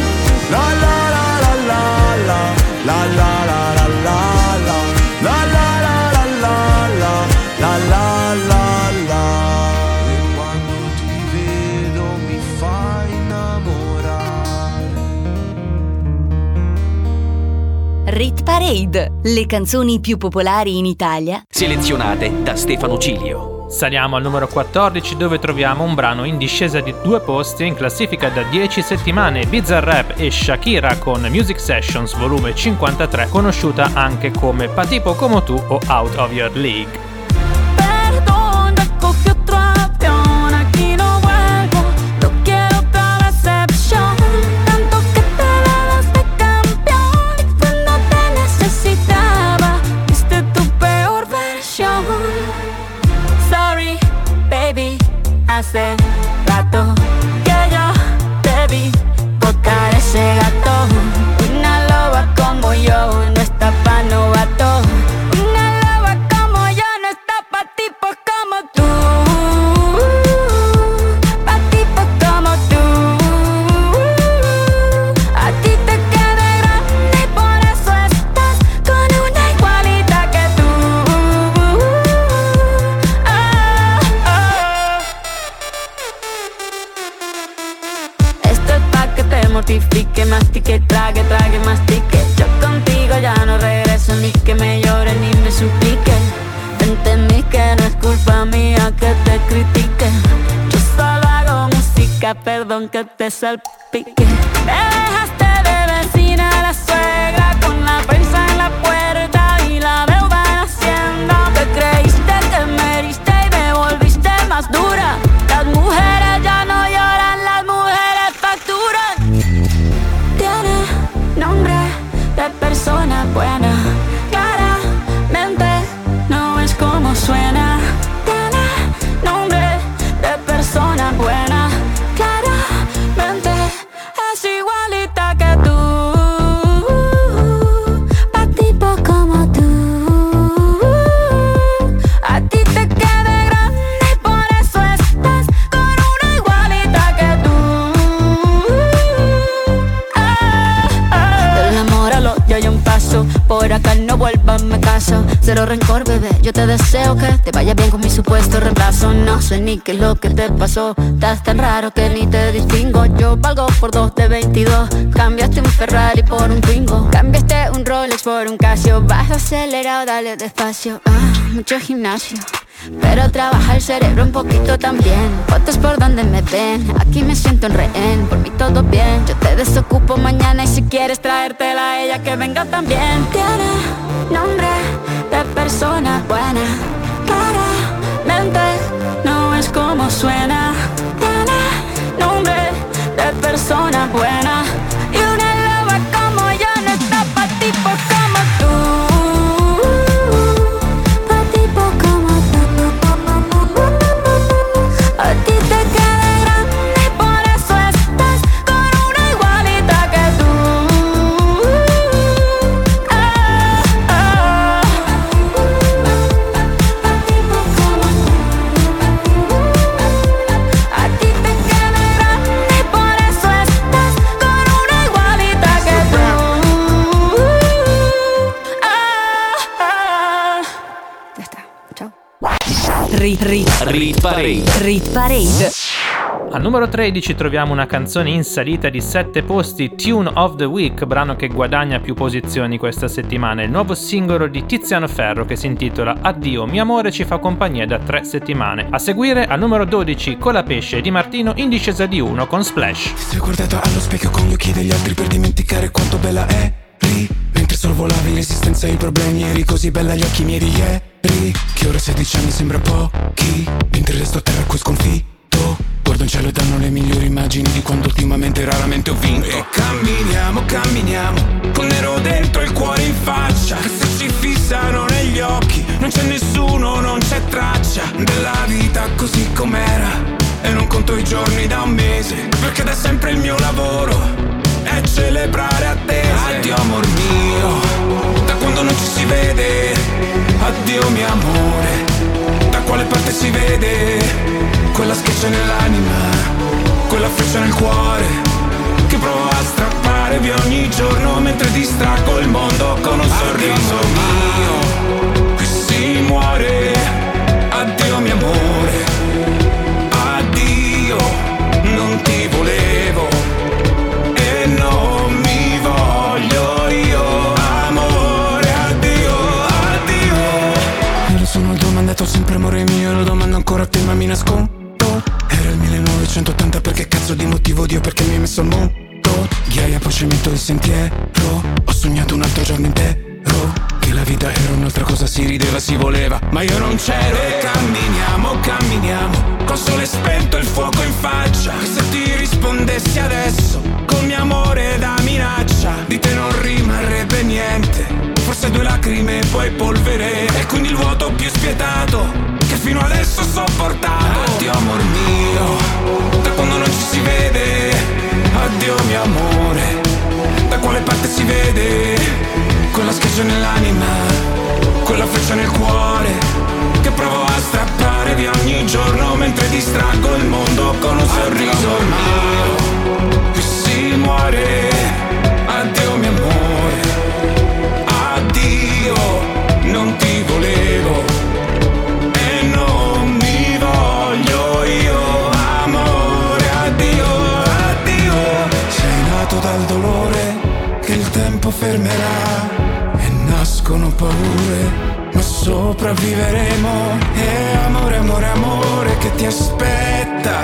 Rit Parade, le canzoni più popolari in Italia, selezionate da Stefano Cilio. Saliamo al numero quattordici, dove troviamo un brano in discesa di due posti in classifica da dieci settimane. Bizarrap e Shakira con Music Sessions volume cinquantatré, conosciuta anche come Pa' tipo como tu o Out of Your League. Perdón, ya cogí otro avión, aquí no vuelvo, no quiero otra recepción. Tanto que te dabas de campeón y cuando te necesitaba, viste tu peor versión. Sorry, baby, hace rato que yo te vi tocar ese gato. Una loba como yo no está pa' novato. Una loba como yo no está pa' tipos como tú. Pa' tipos como tú. A ti te queda grande y por eso estás con una igualita que tú. Ah, ah. Esto es pa' que te mortifique, mastique, trague, trague, mastique. Yo contigo ya no regreso, ni que me llore ni me suplique. Entendí que no es culpa mía que te critique. Yo solo hago música, perdón que te salpique. Me dejaste de vecina a la suegra, con la prensa en la puerta y la deuda en Hacienda. Te creíste que me heriste y me volviste más dura. Las mujeres ya no lloran, las mujeres facturan. Tiene nombre de persona buena, claramente no es como suena. Tiene nombre de persona buena, claramente vuelva me caso. Cero rencor, bebé, yo te deseo que te vaya bien con mi supuesto reemplazo. No sé ni qué es lo que te pasó, estás tan raro que ni te distingo. Yo valgo por dos de veintidós, cambiaste un Ferrari por un Twingo, cambiaste un Rolex por un Casio. Vas acelerado, dale despacio. Ah, mucho gimnasio, pero trabaja el cerebro un poquito también. Fotos por donde me ven, aquí me siento en rehén. Por mí todo bien, yo te desocupo mañana. Y si quieres traértela a ella, que venga también. Tiene nombre de persona buena, claramente no es como suena. Tiene nombre de persona buena, y una loba como yo no está pa' tipos como tú. Rit, rit, Rit Parade. Rit Parade. Al numero tredici troviamo una canzone in salita di sette posti, Tune of the Week, brano che guadagna più posizioni questa settimana. Il nuovo singolo di Tiziano Ferro che si intitola Addio mio amore ci fa compagnia da tre settimane. A seguire al numero dodici Colapesce di Martino in discesa di uno con Splash. Ti sei guardata allo specchio con gli occhi degli altri per dimenticare quanto bella è lì, mentre sorvolavi l'esistenza e i problemi. Eri così bella agli occhi miei di ieri, che ora sedici anni sembra pochi, mentre resto a terra qui sconfitto. Guardo in cielo e danno le migliori immagini di quando ultimamente raramente ho vinto. E camminiamo, camminiamo, con nero dentro e il cuore in faccia, che se ci fissano negli occhi non c'è nessuno, non c'è traccia della vita così com'era. E non conto i giorni da un mese, perché da sempre il mio lavoro è celebrare attese. Addio amor mio, da quando non ci si vede. Addio mio amore, da quale parte si vede quella schiaccia nell'anima, quella freccia nel cuore, che provo a strappare via ogni giorno mentre distraggo il mondo con un sorriso mio. Qui si muore. Addio mio amore, addio, non ti volevo e non mi voglio io. Amore, addio, addio. Me lo sono domandato sempre amore mio, lo domando ancora a te ma mi nascondo. Era il millenovecentottanta, perché cazzo di motivo Dio perché mi hai messo al mondo? Ghiaia poi cemento il sentiero, ho sognato un altro giorno intero, che la vita era un'altra cosa, si rideva, si voleva, ma io non c'ero. E camminiamo, camminiamo, col sole spento e il fuoco in faccia, che se ti rispondessi adesso col mio amore da minaccia, di te non rimarrebbe niente, forse due lacrime e poi polvere, e quindi il vuoto più spietato che fino adesso ho sopportato. Addio amor mio, da quando non ci si vede. Addio mio amore, da quale parte si vede quella schiaccia nell'anima, quella freccia nel cuore, che provo a strappare via ogni giorno mentre distraggo il mondo con un sorriso mio. Qui si muore. Addio mio amore, addio, non ti volevo e non mi voglio io. Amore, addio, addio. Sei nato dal dolore che il tempo fermerà e nascono paure, ma sopravviveremo. E amore, amore, amore che ti aspetta,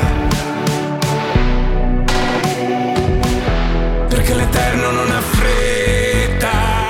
perché l'eterno non ha fretta.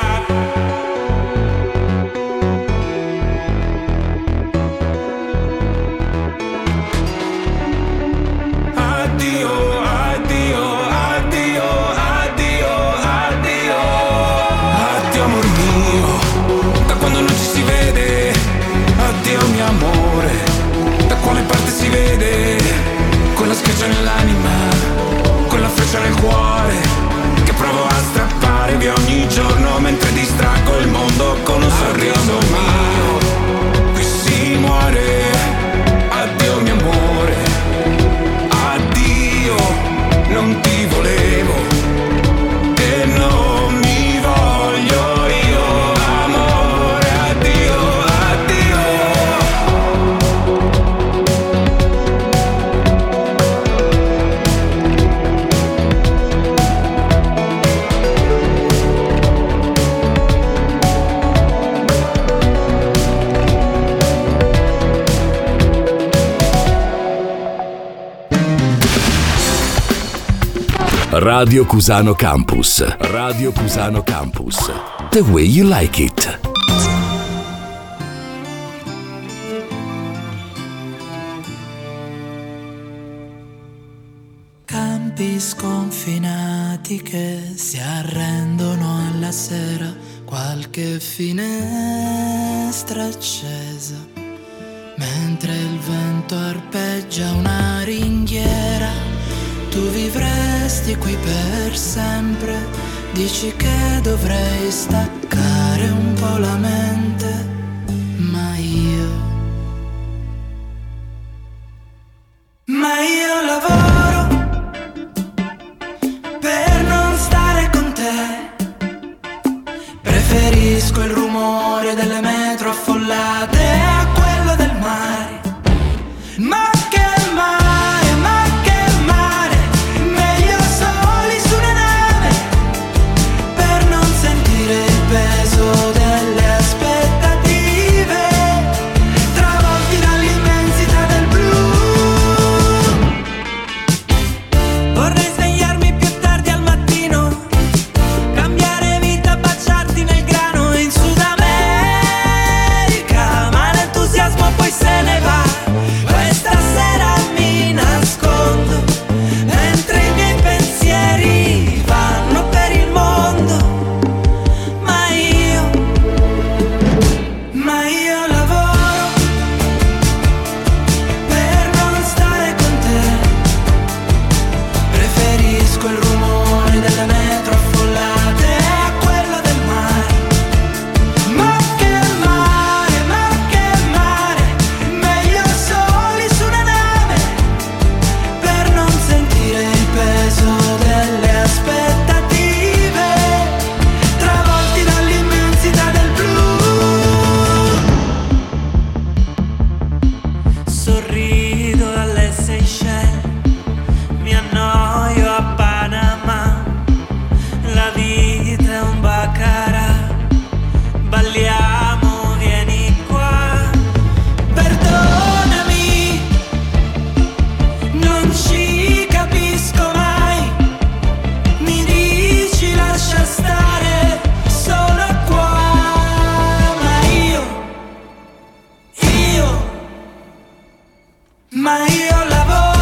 Addio, addio, addio, addio, addio. Addio amor mio, da quando non ci si vede. Addio mio amore, da quale parte si vede quella schiaccia nell'anima, quella freccia nel cuore, che provo Radio Cusano Campus. Radio Cusano Campus. The way you like it. Campi sconfinati che si arrendono alla sera, qualche finestra accesa, mentre il vento arpeggia una ringhiera. Tu vivresti qui per sempre, dici che dovrei staccare un po' la mente, ma io, ma io lavoro per non stare con te, preferisco il rumore delle metro affollate a quello del mare, ma che mare, ma che mare, meglio soli su una nave, per non sentire il peso delle aspettative, travolti dall'immensità del blu. Vorrei svegliarmi più tardi al mattino, cambiare vita, baciarti nel grano in Sud America, ma l'entusiasmo poi se ne va. Questa sera mi nascondo, mentre i miei pensieri vanno per il mondo, ma io, ma io lavoro per non stare con te, preferisco il rumore delle metro affollate a quello del mare, ma che mare, ma che mare, meglio soli su una nave, per non sentire il peso delle aspettative, travolti dall'immensità del blu. Sorrido alle Seychelles, mi annoio a Panama, la vita è un baccarat, balliamo, vieni qua, perdonami, non ci capisco mai, mi dici lascia stare, sono qua, ma io, io, ma io lavoro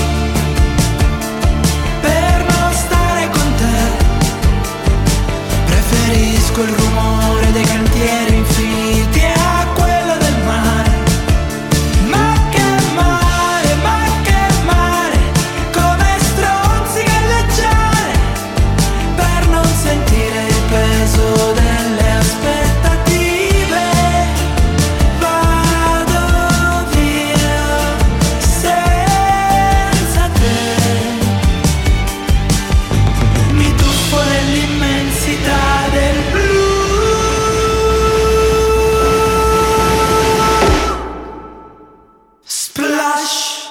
per non stare con te, preferisco il rumore dei cantieri infiniti a quello del mare, ma che mare, ma che mare, come stronzi galleggiare, per non sentire il peso delle aspettative, vado via senza te, mi tuffo nell'immensità del blu. Splash.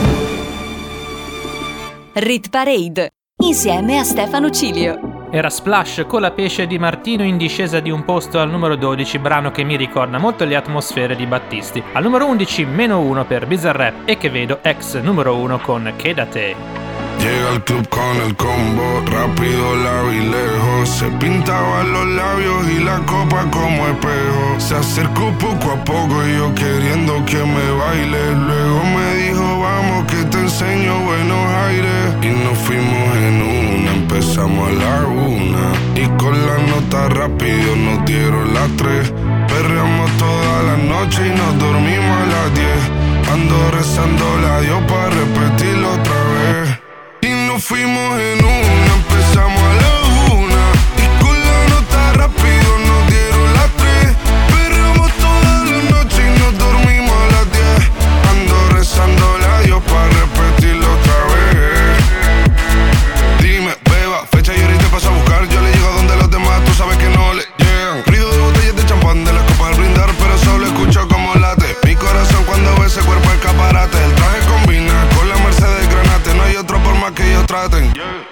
Rit Parade, insieme a Stefano Cilio. Era Splash con la pesce di Martino in discesa di un posto al numero dodici, brano che mi ricorda molto le atmosfere di Battisti. Al numero undici, meno uno per Bizarrap e Che Vedo, ex numero uno con Quédate. Llega al club con el combo, rápido la vi lejos. Se pintaba los labios y la copa como espejo. Se acercó poco a poco y yo queriendo que me baile. Luego me dijo vamos que te enseño buenos aires. Y nos fuimos en una, empezamos a la una. Y con la nota rápido nos dieron las tres. Perreamos toda la noche y nos dormimos a las diez. Ando rezando la Dios para repetirlo otra vez. Y nos fuimos en una, empezamos a la una. Y con la nota rápido nos dieron las tres. Perreamos toda la noche y nos dormimos a las diez. Ando rezando a Dios para repetirlo otra vez. Dime, beba, fecha y ahorita paso a buscar. Yo le llego donde los demás, tú sabes que no le llegan. Ruido de botellas de champán, de las copas al brindar, pero solo escucho como late mi corazón cuando ve ese cuerpo escaparate. El traje combina con la Mercedes Granate, no hay otro por más que ellos traten.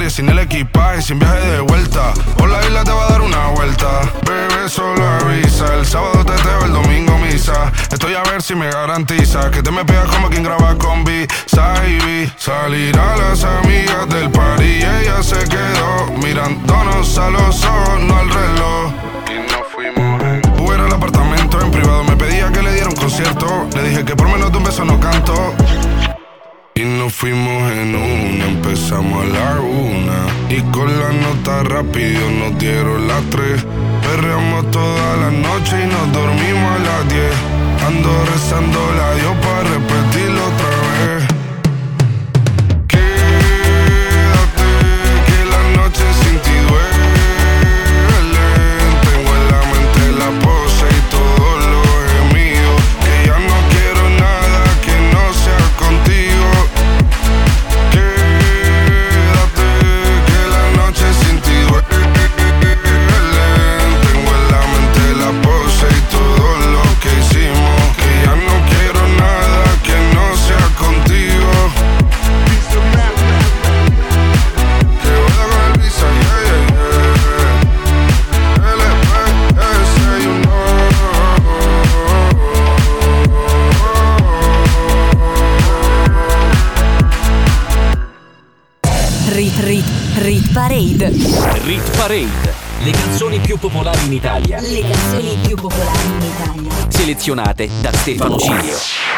millonaria, sin el equipaje, sin viaje de vuelta. Por la isla te va a dar una vuelta. Bebé, solo avisa. El sábado teteo, el domingo misa. Estoy a ver si me garantiza que te me pegas como quien graba con B-Side. Salir a las amigas del party y ella se quedó mirándonos a los ojos, no al reloj. Y nos fuimos en Uber al apartamento en privado. Me pedía que le diera un concierto. Le dije que por menos de un beso no canto. Y nos fuimos en una, empezamos a la una. Y con la nota rápido nos dieron las tres. Perreamos toda la noche y nos dormimos a las diez. Ando rezando la Dios para repetirlo otra vez. Quédate, que la noche sin ti duele. Tengo en la mente la pose y todo lo gemido. Que ya no quiero nada que no sea contigo. Quédate, que la noche sin ti duele. Tengo en la mente la pose y todo lo que hicimos. Que ya no quiero nada que no sea contigo. Que vuela con el visa, yeah, yeah, yeah. L P S, you know. Rit Rit Rit Parade. Rit Parade. Le canzoni più popolari in Italia. Le canzoni più popolari in Italia. Selezionate da Stefano Cilio.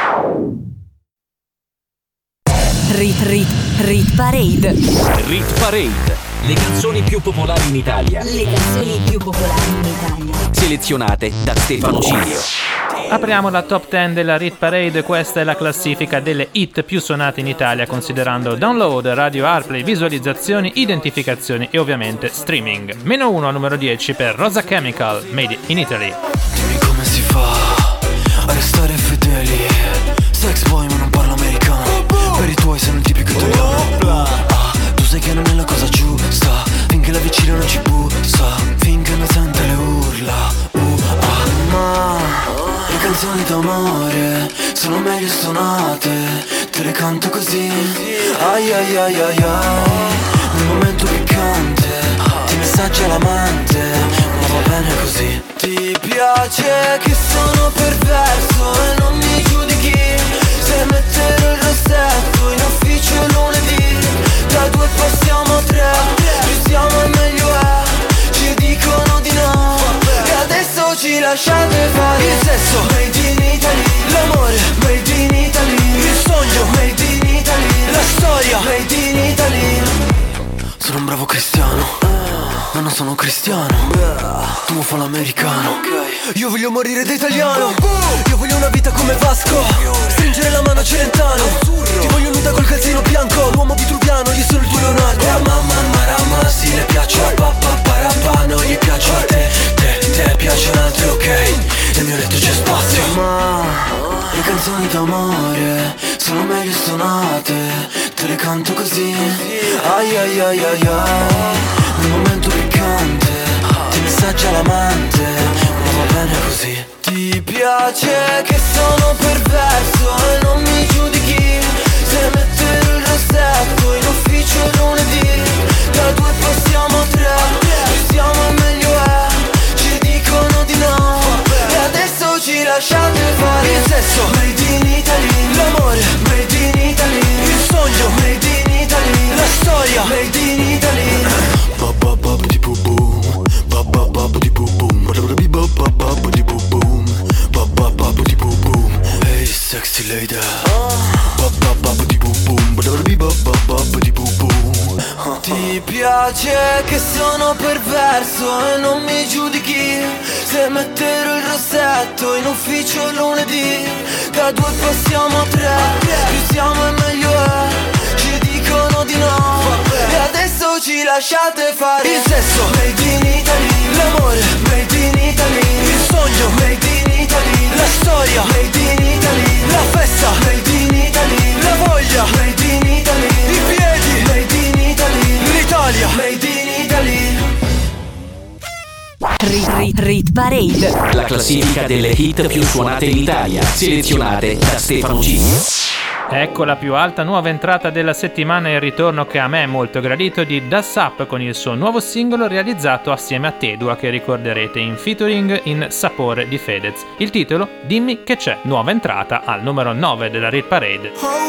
Rit Rit Rit Parade. Rit Parade. Le canzoni più popolari in Italia. Le canzoni più popolari in Italia. Selezionate da Stefano Cilio. Apriamo la top dieci della Rit Parade. Questa è la classifica delle hit più suonate in Italia, considerando download, radio airplay, visualizzazioni, identificazioni e ovviamente streaming. Meno uno al numero dieci per Rosa Chemical, Made in Italy. Dimmi come si fa a restare fedeli. Sex boy ma non parlo americano. Per i tuoi sei un tipico italiano. Ah, tu sai che non è la cosa giusta. Finché la vicina non ci bussa. Finché non sente le urla. Uh, ah, ma le canzoni d'amore sono meglio suonate. Te le canto così. Ai ai ai ai ai. Nel momento piccante ti messaggia l'amante. Ma va bene così. Ti piace che sono perverso e non mi giudichi. Se metterò il rossetto in ufficio lunedì. Da due passiamo a tre. Più siamo e meglio è. Ci dicono di no e adesso ci lasciate fare. Il sesso made in Italy. L'amore made in Italy. Il sogno made in Italy. La storia made in Italy. Sono un bravo cristiano, ma non sono cristiano. Tu mi fa l'americano. Io voglio morire da italiano. Io voglio una vita come Vasco. Stringere la mano a Celentano. Ti voglio nuda col calzino bianco. L'uomo vitruviano, io sono il tuo Leonardo. La mamma marama, sì le piaccio a papà parapà. Non gli piaccio a te, te, te piacciono altre, ok. Nel mio letto c'è spazio. Ma le canzoni d'amore sono meglio suonate. Te le canto così. Ai ai ai ai ai. Nel momento piccante ti messaggia l'amante. Ma va bene così. Ti piace che sono perverso e non mi giudichi. Se metterò il rossetto in ufficio lunedì. Da due passiamo a tre. Più siamo e meglio è. Ci dicono di no e adesso ci lasciate fare. Il sesso made in Italy. L'amore made in Italy. Il sogno made in Italy. La storia made in Italy. Ba ba ba di boom boom. Ba ba ba di boom boom. Ba ba ba ba di boom boom. Ba ba ba di boom boom. Hey sexy lady. Ba ba ba di boom boom. Ba ba ba di boom boom. Ti piace che sono perverso e non mi giudichi. Se metterò il rossetto in ufficio lunedì. Da due passiamo a tre. Più siamo e meglio è. Ci dicono di no e adesso ci lasciate fare. Il sesso made in Italy. L'amore made in Italy. Il sogno made in Italy. La storia made in Italy. La festa made in Italy. La voglia made in Italy. I piedi made in Italy. L'Italia made in Italy. Rit Rit Rit Parade. La classifica delle hit più suonate in Italia, selezionate da Stefano Cilio. Ecco la più alta nuova entrata della settimana e il ritorno che a me è molto gradito di Das Up con il suo nuovo singolo realizzato assieme a Tedua, che ricorderete in featuring in Sapore di Fedez. Il titolo Dimmi che c'è, nuova entrata al numero nove della Rit Parade.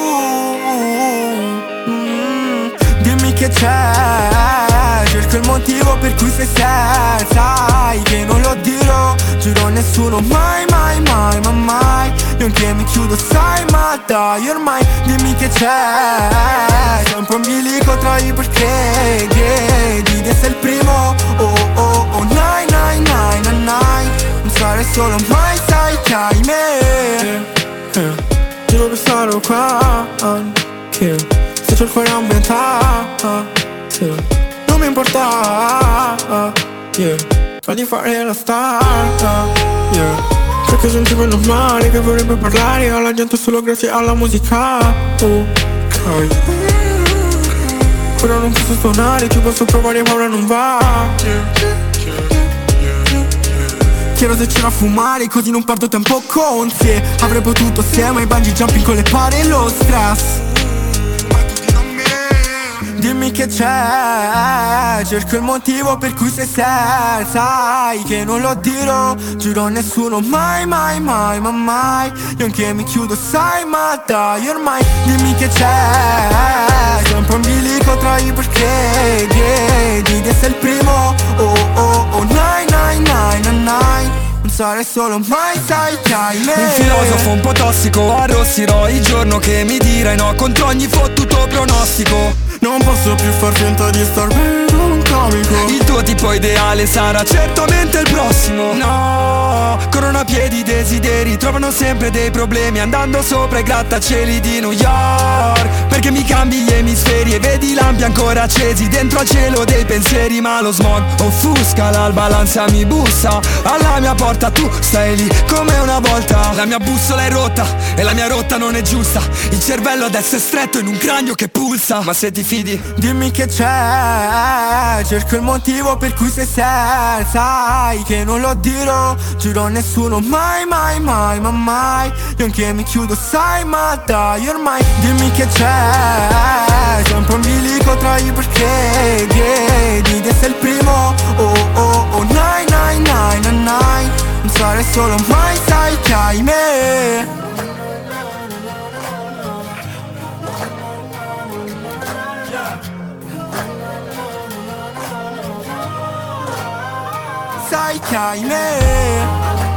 Dimmi che c'è, cerco il motivo per cui sei senza. Sai che non lo dirò, giuro a nessuno mai, mai, mai, ma mai. Io anche mi chiudo, sai, ma dai ormai. Dimmi che c'è, sempre un bilico tra i perché che di sei il primo, oh, oh, oh, nine, nine, nine, nine, nine. Non sarei solo mai, sai che hai me. eh, eh. Giuro che sarò qua, che se c'ho il cuore ambientato, sì. Non mi importa, yeah. Fagli fare la star, yeah. Perché sono un tipo normale che vorrebbe parlare alla gente solo grazie alla musica, ok. Ora non posso suonare, ci posso provare ma ora non va, yeah. Chiedo se c'era a fumare così non perdo tempo con te. Avrei potuto assieme ai bungee jumping con le pare e lo stress. Dimmi che c'è, cerco il motivo per cui sei senza. Sai che non lo dirò, giuro a nessuno mai, mai, mai, ma mai. Io anche mi chiudo, sai, ma dai ormai. Dimmi che c'è, sempre un bilico tra i perché che di sei il primo, oh, oh, oh, nine, nine, nine, nine, nine. Non sarei solo mai, sai che hai me. Un filosofo un po' tossico, arrossirò il giorno che mi dirai no contro ogni fottuto pronostico. Non posso più far finta di star bene un comico. Il tuo tipo ideale sarà certamente il prossimo. No, corrono a piedi i desideri, trovano sempre dei problemi andando sopra i grattacieli di New York. Perché mi cambi gli emisferi e vedi lampi ancora accesi dentro al cielo dei pensieri. Ma lo smog offusca l'alba, l'ansia mi bussa alla mia porta, tu stai lì come una volta. La mia bussola è rotta e la mia rotta non è giusta. Il cervello adesso è stretto in un cranio che pulsa. Ma se ti fidi, dimmi che c'è, cerco il motivo per cui sei senza. Sai che non lo dirò, giuro a nessuno mai, mai, mai, ma mai. Io anche mi chiudo, sai, ma dai ormai. Dimmi che c'è, sempre un bilico tra i perché che di sei il primo, oh, oh, oh, nine, nine, nine, nine, nine. Non sarei solo mai, sai che hai me. Sai che hai me.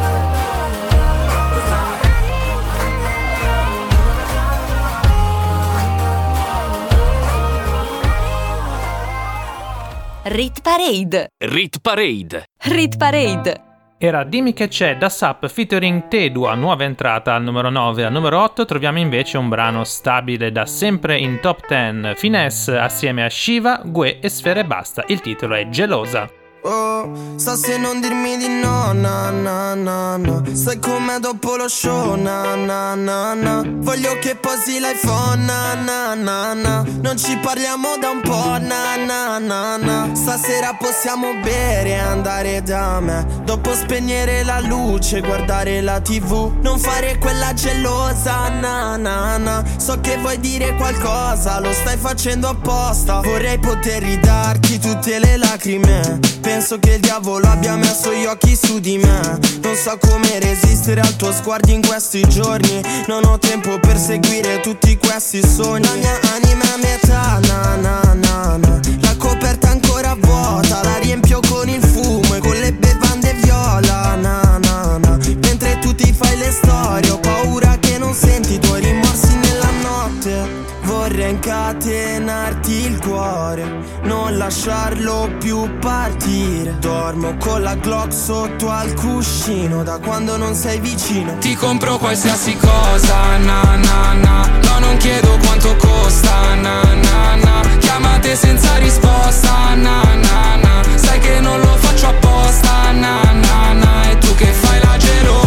Rit Parade. Rit Parade. Rit Parade. Era Dimmi che c'è da Sup featuring Tedua, nuova entrata al numero nove. Al numero otto troviamo invece un brano stabile da sempre in top dieci, Finesse assieme a Shiva, Gue e Sfera Ebbasta. Il titolo è Gelosa. Oh, so se non dirmi di no, na na na na. Sai com'è dopo lo show, na na na na. Voglio che posi l'iPhone, na na na na. Non ci parliamo da un po', na na na na. Stasera possiamo bere e andare da me. Dopo spegnere la luce, guardare la tivù. Non fare quella gelosa, na na na. So che vuoi dire qualcosa, lo stai facendo apposta. Vorrei poter ridarti tutte le lacrime. Penso che il diavolo abbia messo gli occhi su di me. Non so come resistere al tuo sguardo in questi giorni. Non ho tempo per seguire tutti questi sogni. La mia anima è a metà, na na na na. La coperta ancora vuota, la riempio con il fumo e con le bevande viola, na na na. Mentre tu ti fai le storie, ho paura che non senti i tuoi rimorsi nella notte. Vorrei incatenarti il cuore, non lasciarlo più partire. Dormo con la Glock sotto al cuscino da quando non sei vicino. Ti compro qualsiasi cosa, na na na. No, non chiedo quanto costa, na na na. Chiamate senza risposta, na na na. Sai che non lo faccio apposta, na na na. E tu che fai la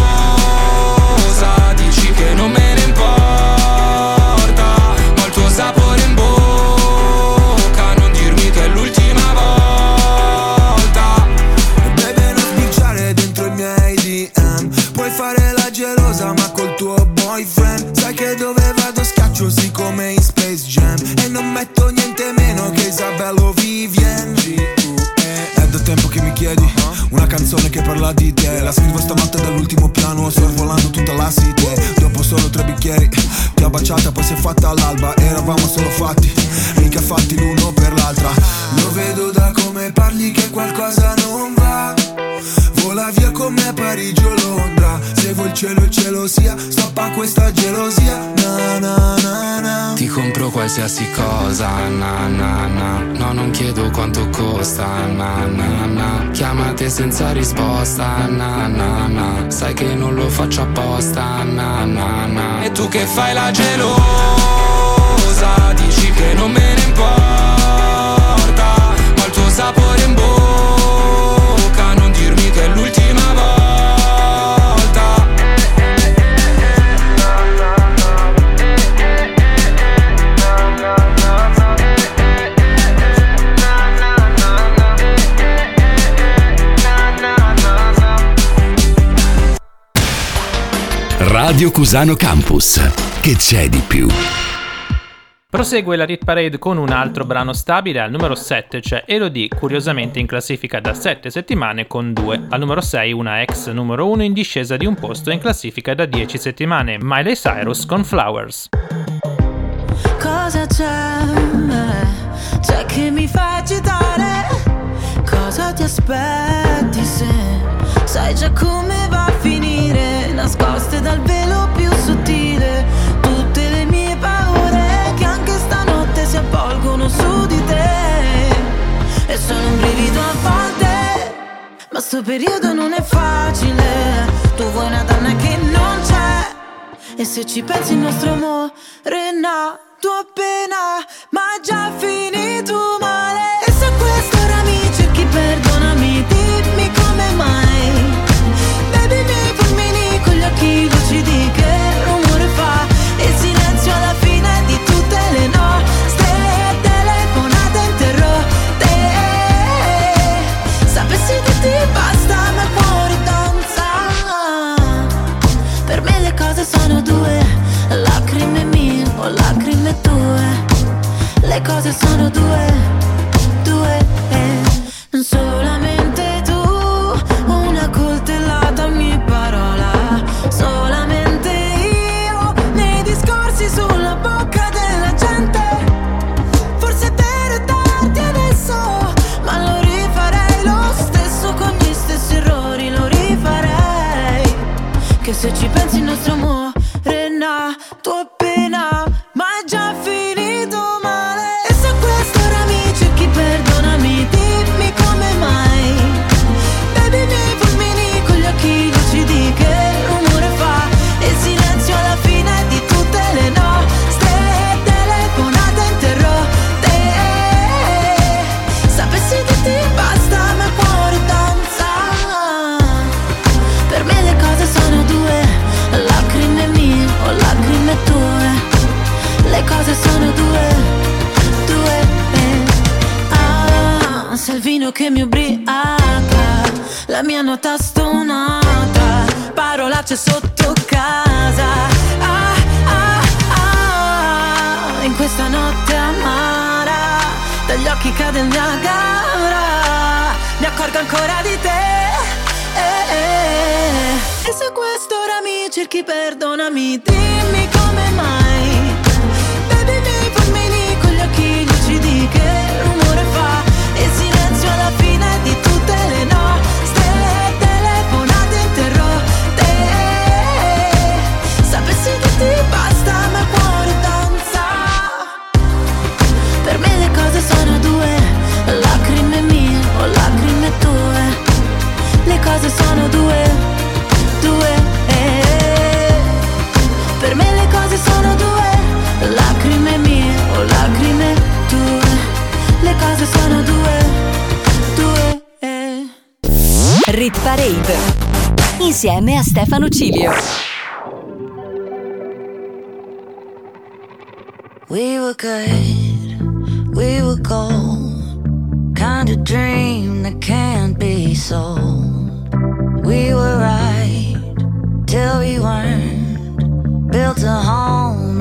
gelosa, dici che non me ne importa. Ho il tuo sapore in bocca, non dirmi che è l'ultima volta. Baby, non spicciare dentro i miei D M. Puoi fare la gelosa ma col tuo boyfriend. Sai che Sempre dove vado schiaccio sì come in Space Jam. E non metto niente meno che Isabella Vivien. È da tempo che mi chiedi una canzone che parla di te. La scrivo stanotte dall'ultimo piano, sorvolando tutta la city. Dopo solo tre bicchieri ti ho baciata, poi si è fatta all'alba. Eravamo solo fatti, mica fatti l'uno per l'altra. Lo vedo da come parli che qualcosa non va. Vola via come Parigi o Londra. Se vuoi il cielo il cielo sia, stoppa questa gelosia. Na na na na. Ti compro qualsiasi cosa, na na na. No, non chiedo quanto costa, na na na. Chiamate senza risposta, na na na. Sai che non lo faccio apposta, na na na. E tu che fai la gelosa, dici che non me ne importa, ma il tuo sapore in bocca, non dirmi che è l'ultima volta. Radio Cusano Campus. Che c'è di più? Prosegue la Rit Parade con un altro brano stabile. Al numero sette c'è Elodie, curiosamente in classifica da sette settimane con due. Al numero sei una ex numero uno in discesa di un posto in classifica da dieci settimane, Miley Cyrus con Flowers. Cosa c'è? C'è che mi fa agitare? Cosa ti aspetti se sai già come va a finire? Nascoste dal velo più sottile tutte le mie paure che anche stanotte si avvolgono su di te. E sono un brivido a volte, ma sto periodo non è facile. Tu vuoi una donna che non c'è, e se ci pensi il nostro amore nato appena, ma già finito male. E se a quest'ora mi cerchi, perdonami, dimmi come mai. Baby, i miei fulmini con gli occhi lucidi, che rumore fa il silenzio alla fine di tutte le nostre telefonate interrotte. Sapessi che ti basta, ma il cuore danza. Per me le cose sono due, lacrime mie o lacrime tue. Le cose sono due, due, eh. Solamente tu, una coltellata ogni parola. Solamente io, nei discorsi sulla bocca della gente. Forse è vero è tardi adesso, ma lo rifarei lo stesso, con gli stessi errori lo rifarei. Che se ci pensi il nostro amore è nato appena, ma è già finito male. E se a quest'ora mi cerchi, perdonami, dimmi come mai. Baby, i miei fulmini con gli occhi lucidi, che rumore fa il silenzio alla fine di tutte le nostre telefonate interrotte. Sapessi che ti basta, ma il cuore danza. Per me le cose sono due, lacrime mie o lacrime tue. Le cose sono due, due, eh. Ah, se il vino che mi ubriaca, la mia nota stonata, parolacce sotto casa. Ah, ah, ah, in questa notte amara, dagli occhi cade il Niagara, mi accorgo ancora di te. Eh, eh. E se a quest'ora mi cerchi, perdonami, dimmi come mai. Baby, i miei fulmini con gli occhi lucidi, che rumore fa il silenzio alla fine di tutte le nostre telefonate interrotte. Sapessi che ti basta, ma il cuore danza. Per me le cose sono due, lacrime mie o lacrime tue. Le cose sono due, due, eh. Per me le cose sono due, lacrime mie o lacrime tue. Le cose sono due, due, eh. Rit Parade insieme a Stefano Cilio. We were good, we were gold, kind of dream that can't be sold. We were right till we weren't, built a home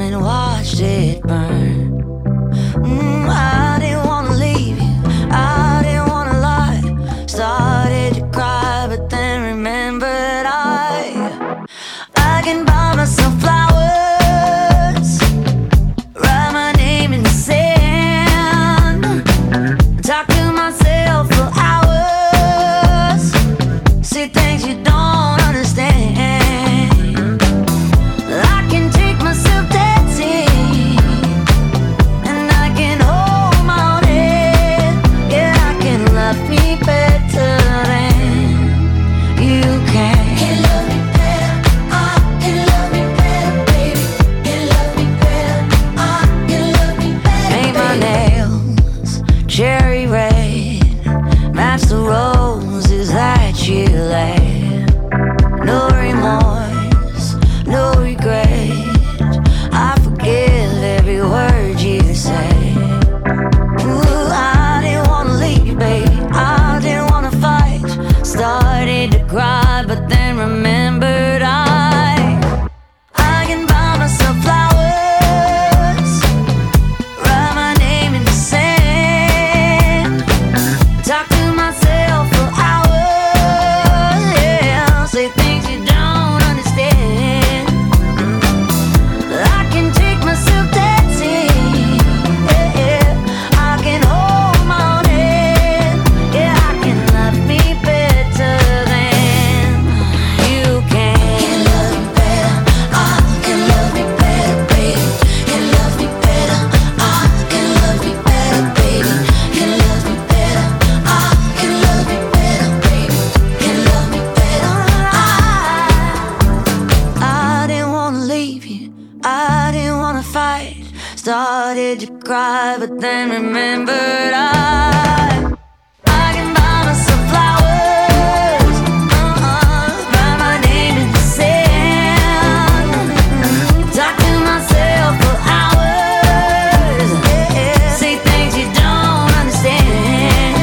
wanna fight. Started to cry, but then remembered I I can buy myself flowers, uh-uh, write my name in the sand, talk to myself for hours, yeah, say things you don't understand.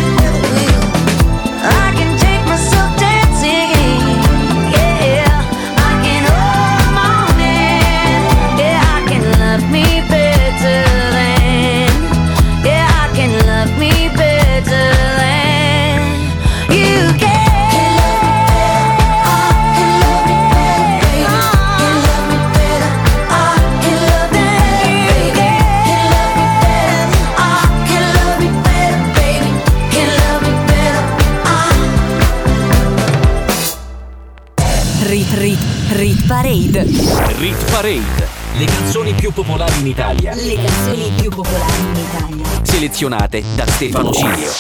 I can take myself dancing, yeah, I can hold my own hand, yeah, I can love me better than, yeah, I can love me better than you can. Rit Rit Rit Parade. Rit Parade, le canzoni più popolari in Italia. Le canzoni più popolari in Italia. Selezionate da Stefano Cilio.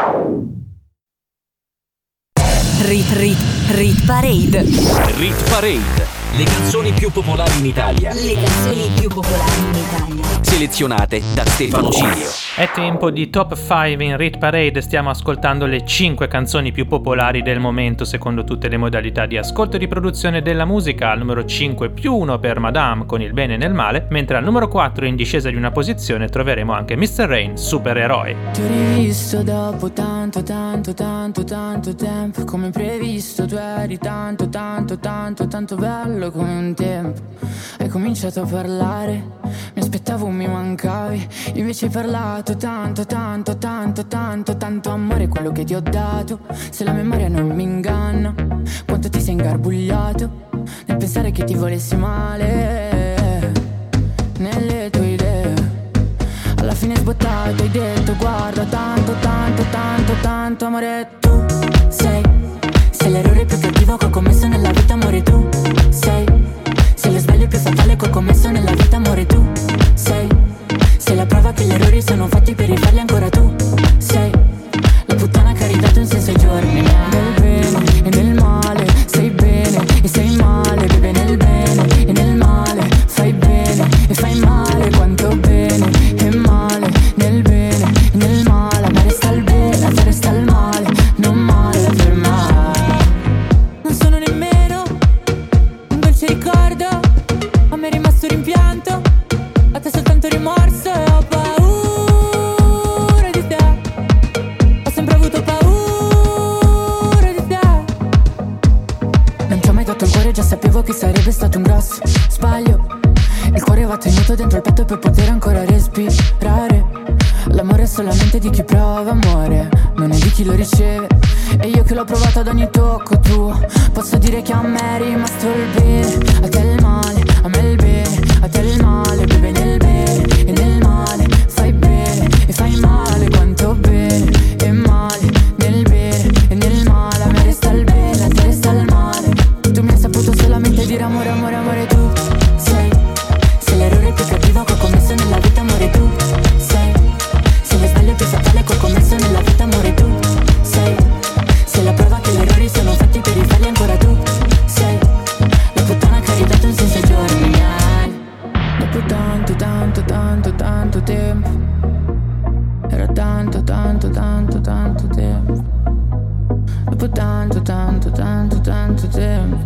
Rit Rit Rit Parade. Rit Parade, le canzoni più popolari in Italia. Le canzoni più popolari in Italia. Selezionate da Stefano Cilio. È tempo di Top cinque in Rit Parade. Stiamo ascoltando le cinque canzoni più popolari del momento secondo tutte le modalità di ascolto e riproduzione della musica. Al numero cinque più uno per Madame con Il bene nel male, mentre al numero quattro in discesa di una posizione troveremo anche mister Rain, Supereroe. Ti ho rivisto dopo tanto tanto tanto tanto tempo, come previsto tu eri tanto tanto tanto tanto bello come un tempo. Hai cominciato a parlare, mi aspettavo mi mancavi, invece hai parlato tanto tanto tanto tanto tanto amore quello che ti ho dato. Se la memoria non mi inganna, quanto ti sei ingarbugliato nel pensare che ti volessi male nelle tue idee. Alla fine sbottato hai detto guarda tanto tanto tanto tanto amore. Tu sei, sei l'errore più cattivo che ho commesso nella vita amore. Tu sei, sei lo sbaglio più fatale che ho commesso nella vita amore. Tu sei, sei la prova che gli errori sono fatti per rifarli ancora. Tu sei la puttana che ha ridato un senso ai giorni miei. Nel bene e nel male sei bene e sei male, beve nel bene e nel male fai bene e fai male. Quanto bene e male nel bene e nel male, ma resta il bene, a te resta il male, non male per mai. Non sono nemmeno un dolce ricordo, a me è rimasto un rimpianto, a te soltanto rimorso e ho paura di te. Ho sempre avuto paura di te. Non ti ho mai dato il cuore, già sapevo che sarebbe stato un grosso sbaglio. Il cuore va tenuto dentro il petto per poter ancora respirare. L'amore è solamente di chi prova amore, non è di chi lo riceve. E io che l'ho provato ad ogni tocco tuo, posso dire che a me è rimasto il bene, a te il male, a me il bene, a te il male, beve nel bene e nel male fai bene e fai male. Quanto bene e male nel bene e nel male, a me resta il bene, a te resta il male. Tu mi hai saputo solamente dire amore, amore, amore. Tu sei, sei l'errore più cattivo che ho commesso nella vita amore. Tu sei, sei lo sbaglio più fatale che ho commesso nella vita amore. Tu sei, sei la prova che gli errori sono fatti per rifarli ancora. Tu sei la puttana che ha ridato un senso ai giorni miei. Dopo tanto tanto tanto tanto tempo, era tanto tanto tanto tanto tempo. Dopo tanto tanto tanto tanto tempo,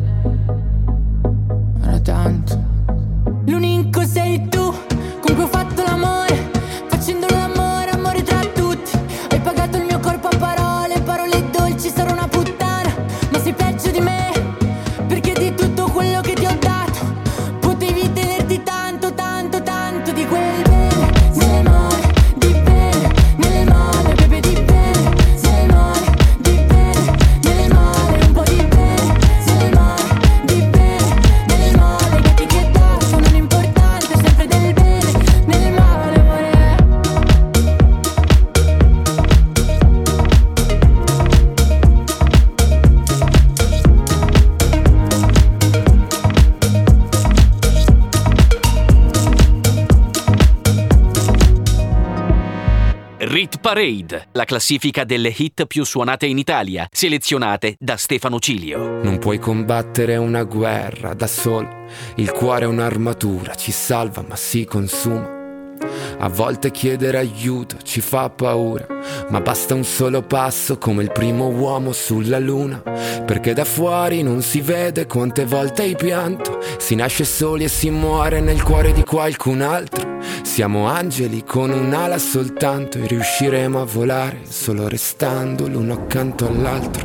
era tanto. L'unico sei tu con cui ho fatto l'amore, facendo l'amore, amore tra tutti. Hai pagato il mio corpo a parole, parole dolci, sarò una puttana, ma sei peggio di me, perché di tutto quello che ti ho dato potevi tenerti tanto, tanto, tanto di quel bene, nel male, di bene, nel male, bebe di bene, nel male, di bene, nel male, un po' di bene, nel male, di bene, nel male, gatti che danno, non importante, sempre del Rit Parade, la classifica delle hit più suonate in Italia, selezionate da Stefano Cilio. Non puoi combattere una guerra da solo, il cuore è un'armatura, ci salva ma si consuma. A volte chiedere aiuto ci fa paura, ma basta un solo passo come il primo uomo sulla luna, perché da fuori non si vede quante volte hai pianto, si nasce soli e si muore nel cuore di qualcun altro. Siamo angeli con un'ala soltanto e riusciremo a volare solo restando l'uno accanto all'altro.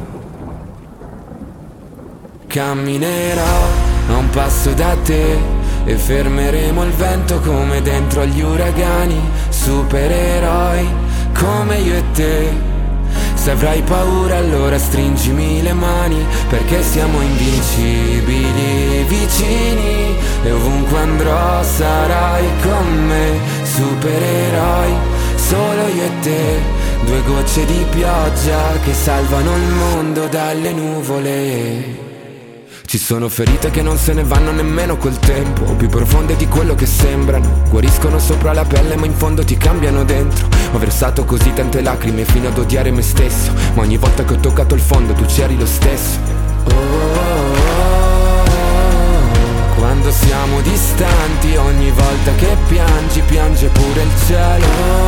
Camminerò a un passo da te e fermeremo il vento come dentro agli uragani, supereroi come io e te. Se avrai paura allora stringimi le mani, perché siamo invincibili, vicini, e ovunque andrò sarai con me. Supereroi, solo io e te, due gocce di pioggia che salvano il mondo dalle nuvole. Ci sono ferite che non se ne vanno nemmeno col tempo, più profonde di quello che sembrano. Guariscono sopra la pelle ma in fondo ti cambiano dentro. Ho versato così tante lacrime fino ad odiare me stesso, ma ogni volta che ho toccato il fondo tu c'eri lo stesso. Oh, oh, oh, oh. Quando siamo distanti, ogni volta che piangi, piange pure il cielo.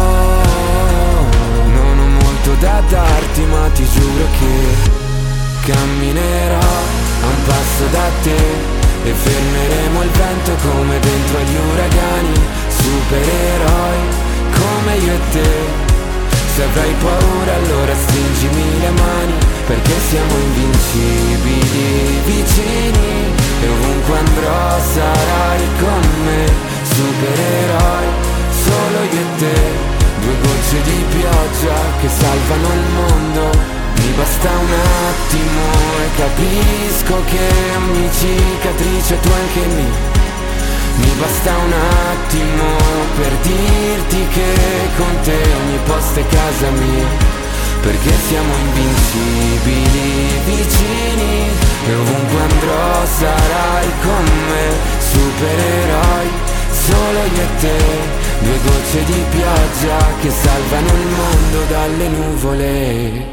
Oh, non ho molto da darti ma ti giuro che camminerò a un passo da te e fermeremo il vento come dentro agli uragani. Supereroi come io e te. Se avrai paura allora stringimi le mani, perché siamo invincibili, vicini, e ovunque andrò sarai con me. Supereroi, solo io e te, due gocce di pioggia che salvano il mondo. Mi basta un attimo e capisco che ogni cicatrice tu anche me. Mi basta un attimo per dirti che con te ogni posto è casa mia, perché siamo invincibili, vicini, e ovunque andrò sarai con me. Supereroi, solo io e te, due gocce di pioggia che salvano il mondo dalle nuvole.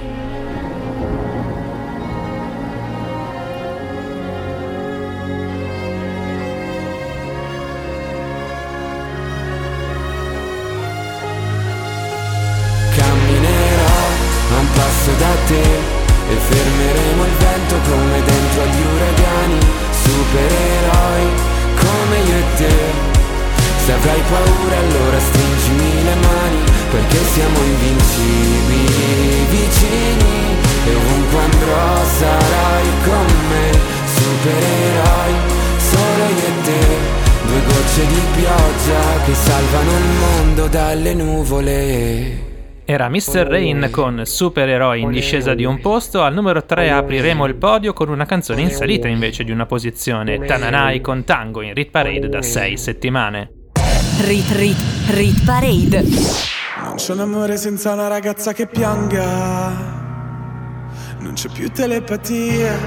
Da te e fermeremo il vento come dentro agli uragani. Supereroi come io e te. Se avrai paura allora stringimi le mani, perché siamo invincibili, vicini, e ovunque andrò sarai con me. Supereroi, solo io e te, due gocce di pioggia che salvano il mondo dalle nuvole. Era mister Rain con Supereroi in discesa di un posto. Al numero tre apriremo il podio con una canzone in salita invece di una posizione. Tananai con Tango in Rit Parade da sei settimane. Rit Rit Rit Parade. Non c'è un amore senza una ragazza che pianga, non c'è più telepatia.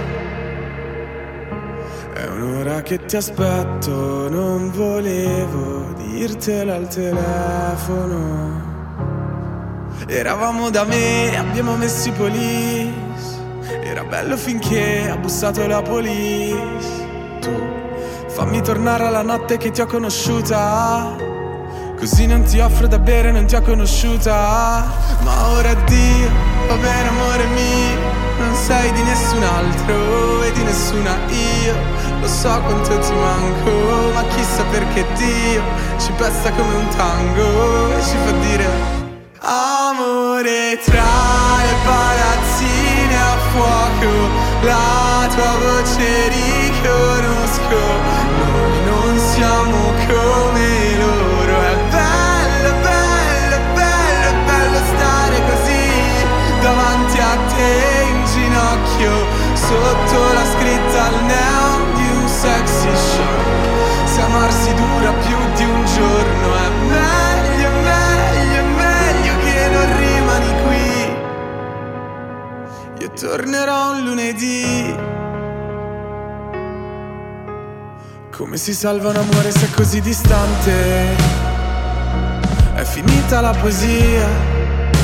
È un'ora che ti aspetto, non volevo dirtelo al telefono. Eravamo da me, abbiamo messo i police. Era bello finché ha bussato la police. Tu fammi tornare alla notte che ti ho conosciuta, così non ti offro da bere, non ti ho conosciuta. Ma ora addio, va bene amore mio, non sei di nessun altro e di nessuna io. Lo so quanto ti manco, ma chissà perché Dio ci pesta come un tango e ci fa dire amore tra le palazzine a fuoco. La tua voce riconosco, noi non siamo come loro. È bello, bello, bello, bello stare così davanti a te in ginocchio, sotto la scritta al neon di un sexy show. Se amarsi dura più di un giorno è meglio, meglio, meglio che non rimani qui. Io tornerò un lunedì. Come si salva un amore se è così distante? È finita la poesia,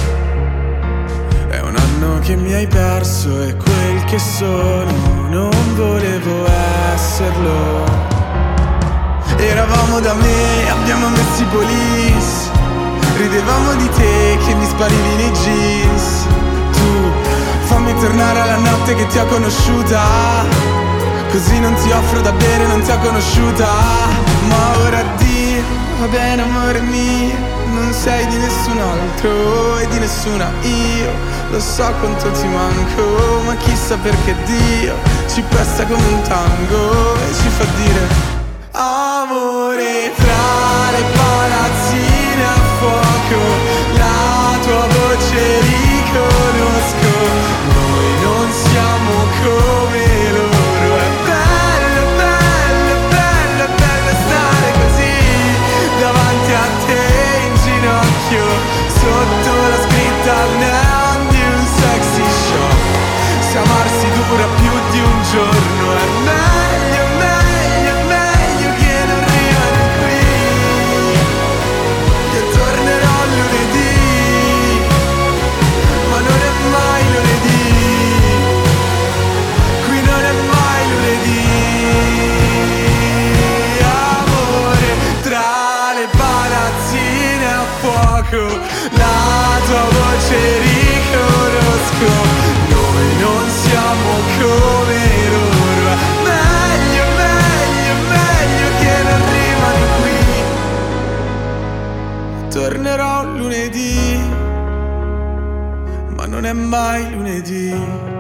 dicono che mi hai perso è quel che sono, non volevo esserlo. Eravamo da me, abbiamo messo i police, ridevamo di te che mi sparivi nei jeans. Tu, fammi tornare alla notte che ti ho conosciuta, così non ti offro da bere, non ti ho conosciuta. Ma ora addio, va bene amore mio, non sei di nessun altro e di nessuna io. Lo so quanto ti manco, ma chissà perché Dio ci presta come un tango e ci fa dire amore. Tra le palazzine a fuoco la tua voce riconosco. Noi non siamo come loro. È bello, bello, bello, bello stare così davanti a te in ginocchio, sotto la scritta al neon di un sexy shop. Se amarsi dura più di un giorno è meglio, meglio, meglio che non rimani qui. Io tornerò lunedì, ma non è mai lunedì. Qui non è mai lunedì. Amore, tra le palazzine a fuoco la tua voce riconosco. Noi non siamo come loro. Meglio, meglio, meglio che non rimani qui. Tornerò lunedì, ma non è mai lunedì.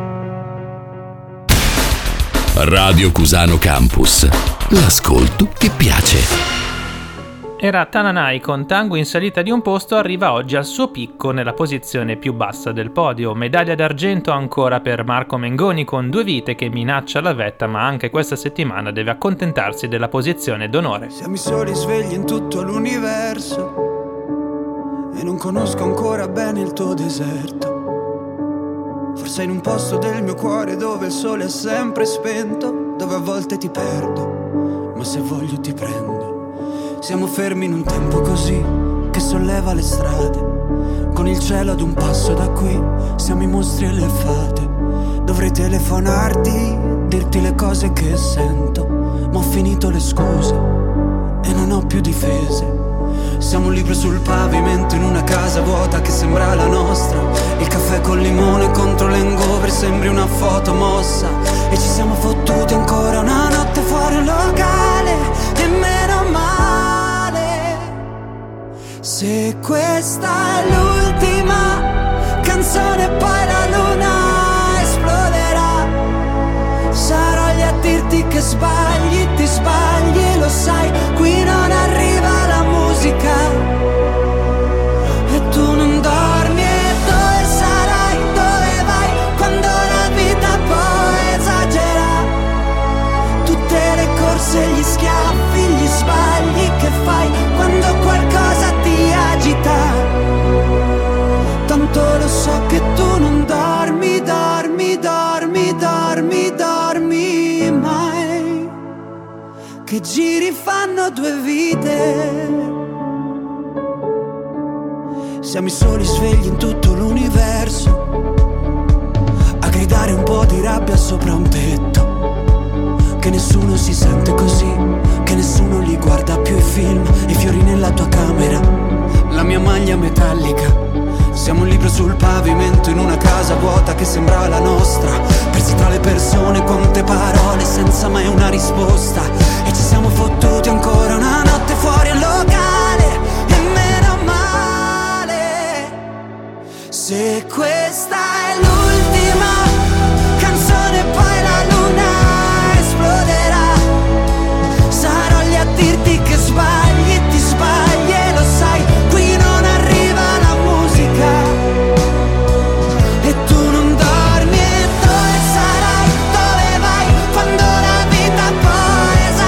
Radio Cusano Campus, l'ascolto che piace. Era Tananai con Tango in salita di un posto, arriva oggi al suo picco nella posizione più bassa del podio. Medaglia d'argento ancora per Marco Mengoni con Due vite che minaccia la vetta, ma anche questa settimana deve accontentarsi della posizione d'onore. Siamo i soli svegli in tutto l'universo e non conosco ancora bene il tuo deserto. Forse in un posto del mio cuore dove il sole è sempre spento, dove a volte ti perdo, ma se voglio ti prendo. Siamo fermi in un tempo così che solleva le strade, con il cielo ad un passo da qui, siamo i mostri e le fate. Dovrei telefonarti, dirti le cose che sento, ma ho finito le scuse e non ho più difese. Siamo un libro sul pavimento in una casa vuota che sembra la nostra. Il caffè col limone contro l'hangover sembri una foto mossa. E ci siamo fottuti ancora una notte fuori un locale, e meno male. Se questa è l'ultima canzone poi la luna esploderà. Sarò lì a dirti che sbagli, ti sbagli, lo sai, qui non arriva la musica. E tu non dormi e dove sarai, dove vai, quando la vita poi esagera. Tutte le corse, gli schiaffi, gli sbagli che fai quando qualcosa ti agita. Tanto lo so che tu non dormi, dormi, dormi, dormi, dormi mai. Che giri fanno due vite. Siamo i soli svegli in tutto l'universo, a gridare un po' di rabbia sopra un tetto. Che nessuno si sente così, che nessuno li guarda più i film, i fiori nella tua camera, la mia maglia metallica. Siamo un libro sul pavimento in una casa vuota che sembra la nostra, persi tra le persone, quante parole senza mai una risposta. E ci siamo fottuti ancora una notte fuori al locale, e meno male. Se questa è l'ultima canzone poi la luna esploderà. Sarò lì a dirti che sbagli, ti sbagli e lo sai, qui non arriva la musica. E tu non dormi e dove sarai, dove vai, quando la vita poi esagera.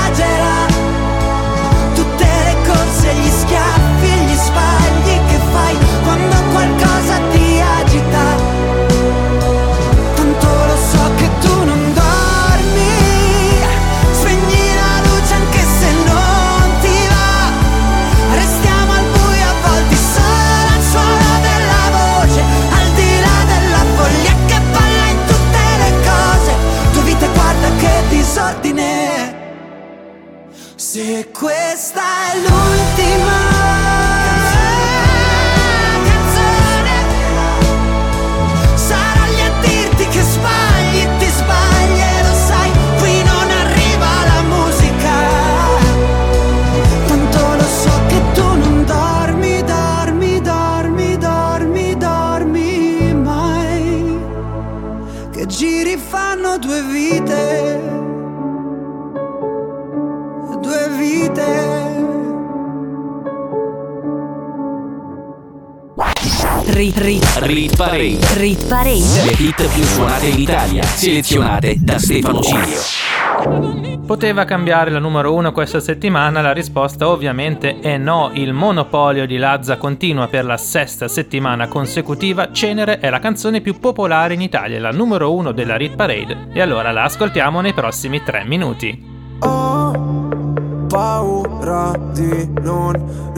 Rit, rit, Rit Parade. Rit Parade. Le hit più suonate in Italia, selezionate da Stefano Cilio. Poteva cambiare la numero uno questa settimana? La risposta ovviamente è no. Il monopolio di Lazza continua per la sesta settimana consecutiva. Cenere è la canzone più popolare in Italia, la numero uno della Rit Parade, e allora la ascoltiamo nei prossimi tre minuti. Ho paura di non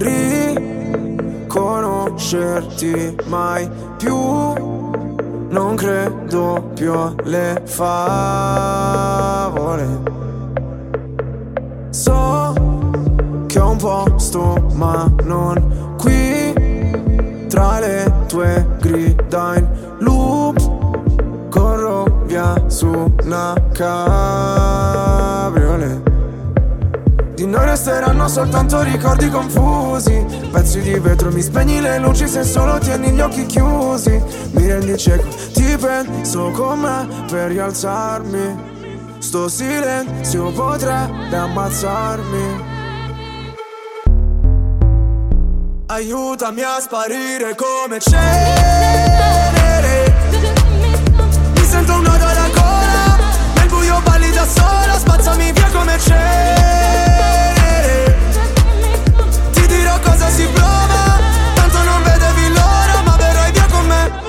riconoscerti mai più, non credo più alle favole. So che ho un posto ma non qui, tra le tue grida in loop, corro via su una cabriolet. Di noi resteranno soltanto ricordi confusi, pezzi di vetro, mi spegni le luci se solo tieni gli occhi chiusi. Mi rendi cieco, ti penso con me per rialzarmi, sto silenzio potrebbe ammazzarmi. Aiutami a sparire come cenere, mi sento un nodo alla gola, nel buio balli da sola, spazzami via come cenere. Ti dirò cosa si prova, tanto non vedevi l'ora, ma verrai via con me.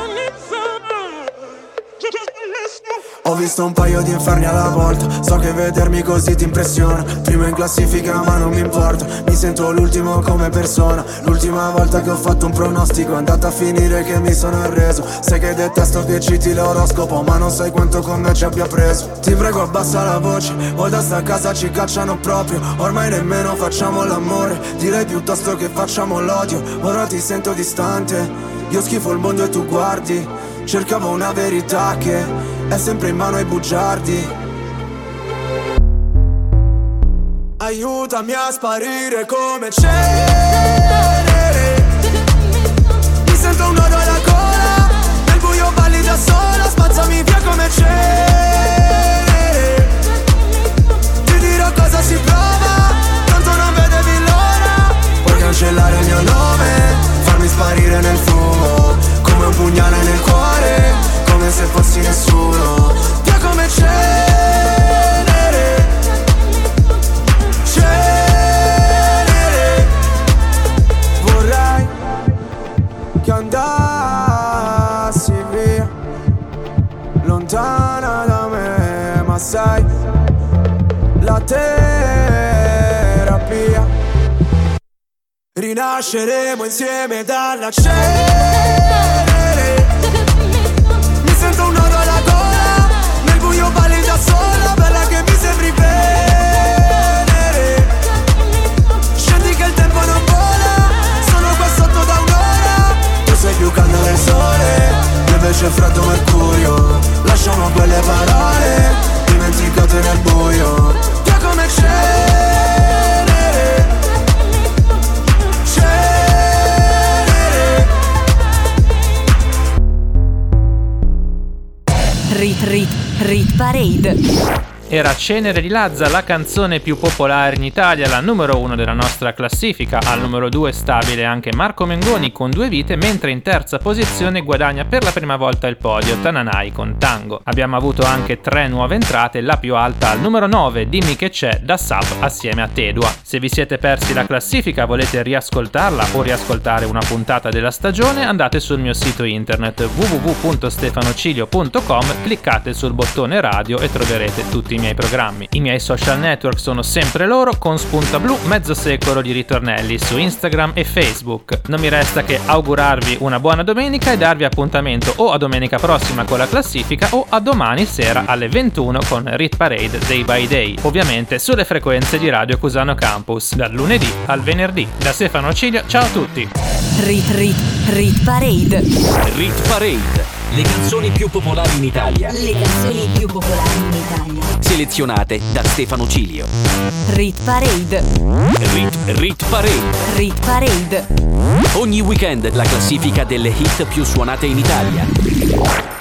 Ho visto un paio di inferni alla volta, so che vedermi così ti impressiona. Primo in classifica ma non mi importa, mi sento l'ultimo come persona. L'ultima volta che ho fatto un pronostico è andata a finire che mi sono arreso. Sai che detesto che citi l'oroscopo, ma non sai quanto con me ci abbia preso. Ti prego abbassa la voce, o da sta casa ci cacciano proprio. Ormai nemmeno facciamo l'amore, direi piuttosto che facciamo l'odio. Ora ti sento distante, io schifo il mondo e tu guardi. Cercavo una verità che è sempre in mano ai bugiardi. Aiutami a sparire come cenere, mi sento un nodo alla gola, nel buio balli da sola, spazzami via come cenere. Ti dirò cosa si prova, tanto non vedevi l'ora. Puoi cancellare il mio nome, farmi sparire nel fumo, come un pugnale nel cuore, come se fossi nessuno. Via come cenere, cenere. Vorrei che andassi via, lontana da me, ma sai, la terapia. Rinasceremo insieme dalla cenere, mi sento un nodo alla gola, nel buio balli da sola, bella che mi sembri venere. Scendi che il tempo non vola, sono qua sotto da un'ora. Tu sei più calda del sole, io invece freddo mercurio. Lasciamo quelle parole dimenticate nel buio. Via come cenere, cenere. Rit, rit, Rit Parade. Era Cenere di Lazza, la canzone più popolare in Italia, la numero uno della nostra classifica. Al numero due stabile anche Marco Mengoni con Due vite, mentre in terza posizione guadagna per la prima volta il podio Tananai con Tango. Abbiamo avuto anche tre nuove entrate, la più alta al numero nove, Dimmi che c'è, da Sab assieme a Tedua. Se vi siete persi la classifica, volete riascoltarla o riascoltare una puntata della stagione, andate sul mio sito internet w w w punto stefanocilio punto com, cliccate sul bottone radio e troverete tutti i miei programmi. I miei social network sono sempre loro, con spunta blu mezzo secolo di ritornelli su Instagram e Facebook. Non mi resta che augurarvi una buona domenica e darvi appuntamento o a domenica prossima con la classifica o a domani sera alle ventuno con Rit Parade Day by Day, ovviamente sulle frequenze di Radio Cusano Campus, dal lunedì al venerdì. Da Stefano Cilio, ciao a tutti. Rit, rit, Rit Parade. Rit Parade. Le canzoni più popolari in Italia. Le canzoni più popolari in Italia. Selezionate da Stefano Cilio. Rit Parade. Rit, Rit Parade. Rit Parade. Ogni weekend la classifica delle hit più suonate in Italia.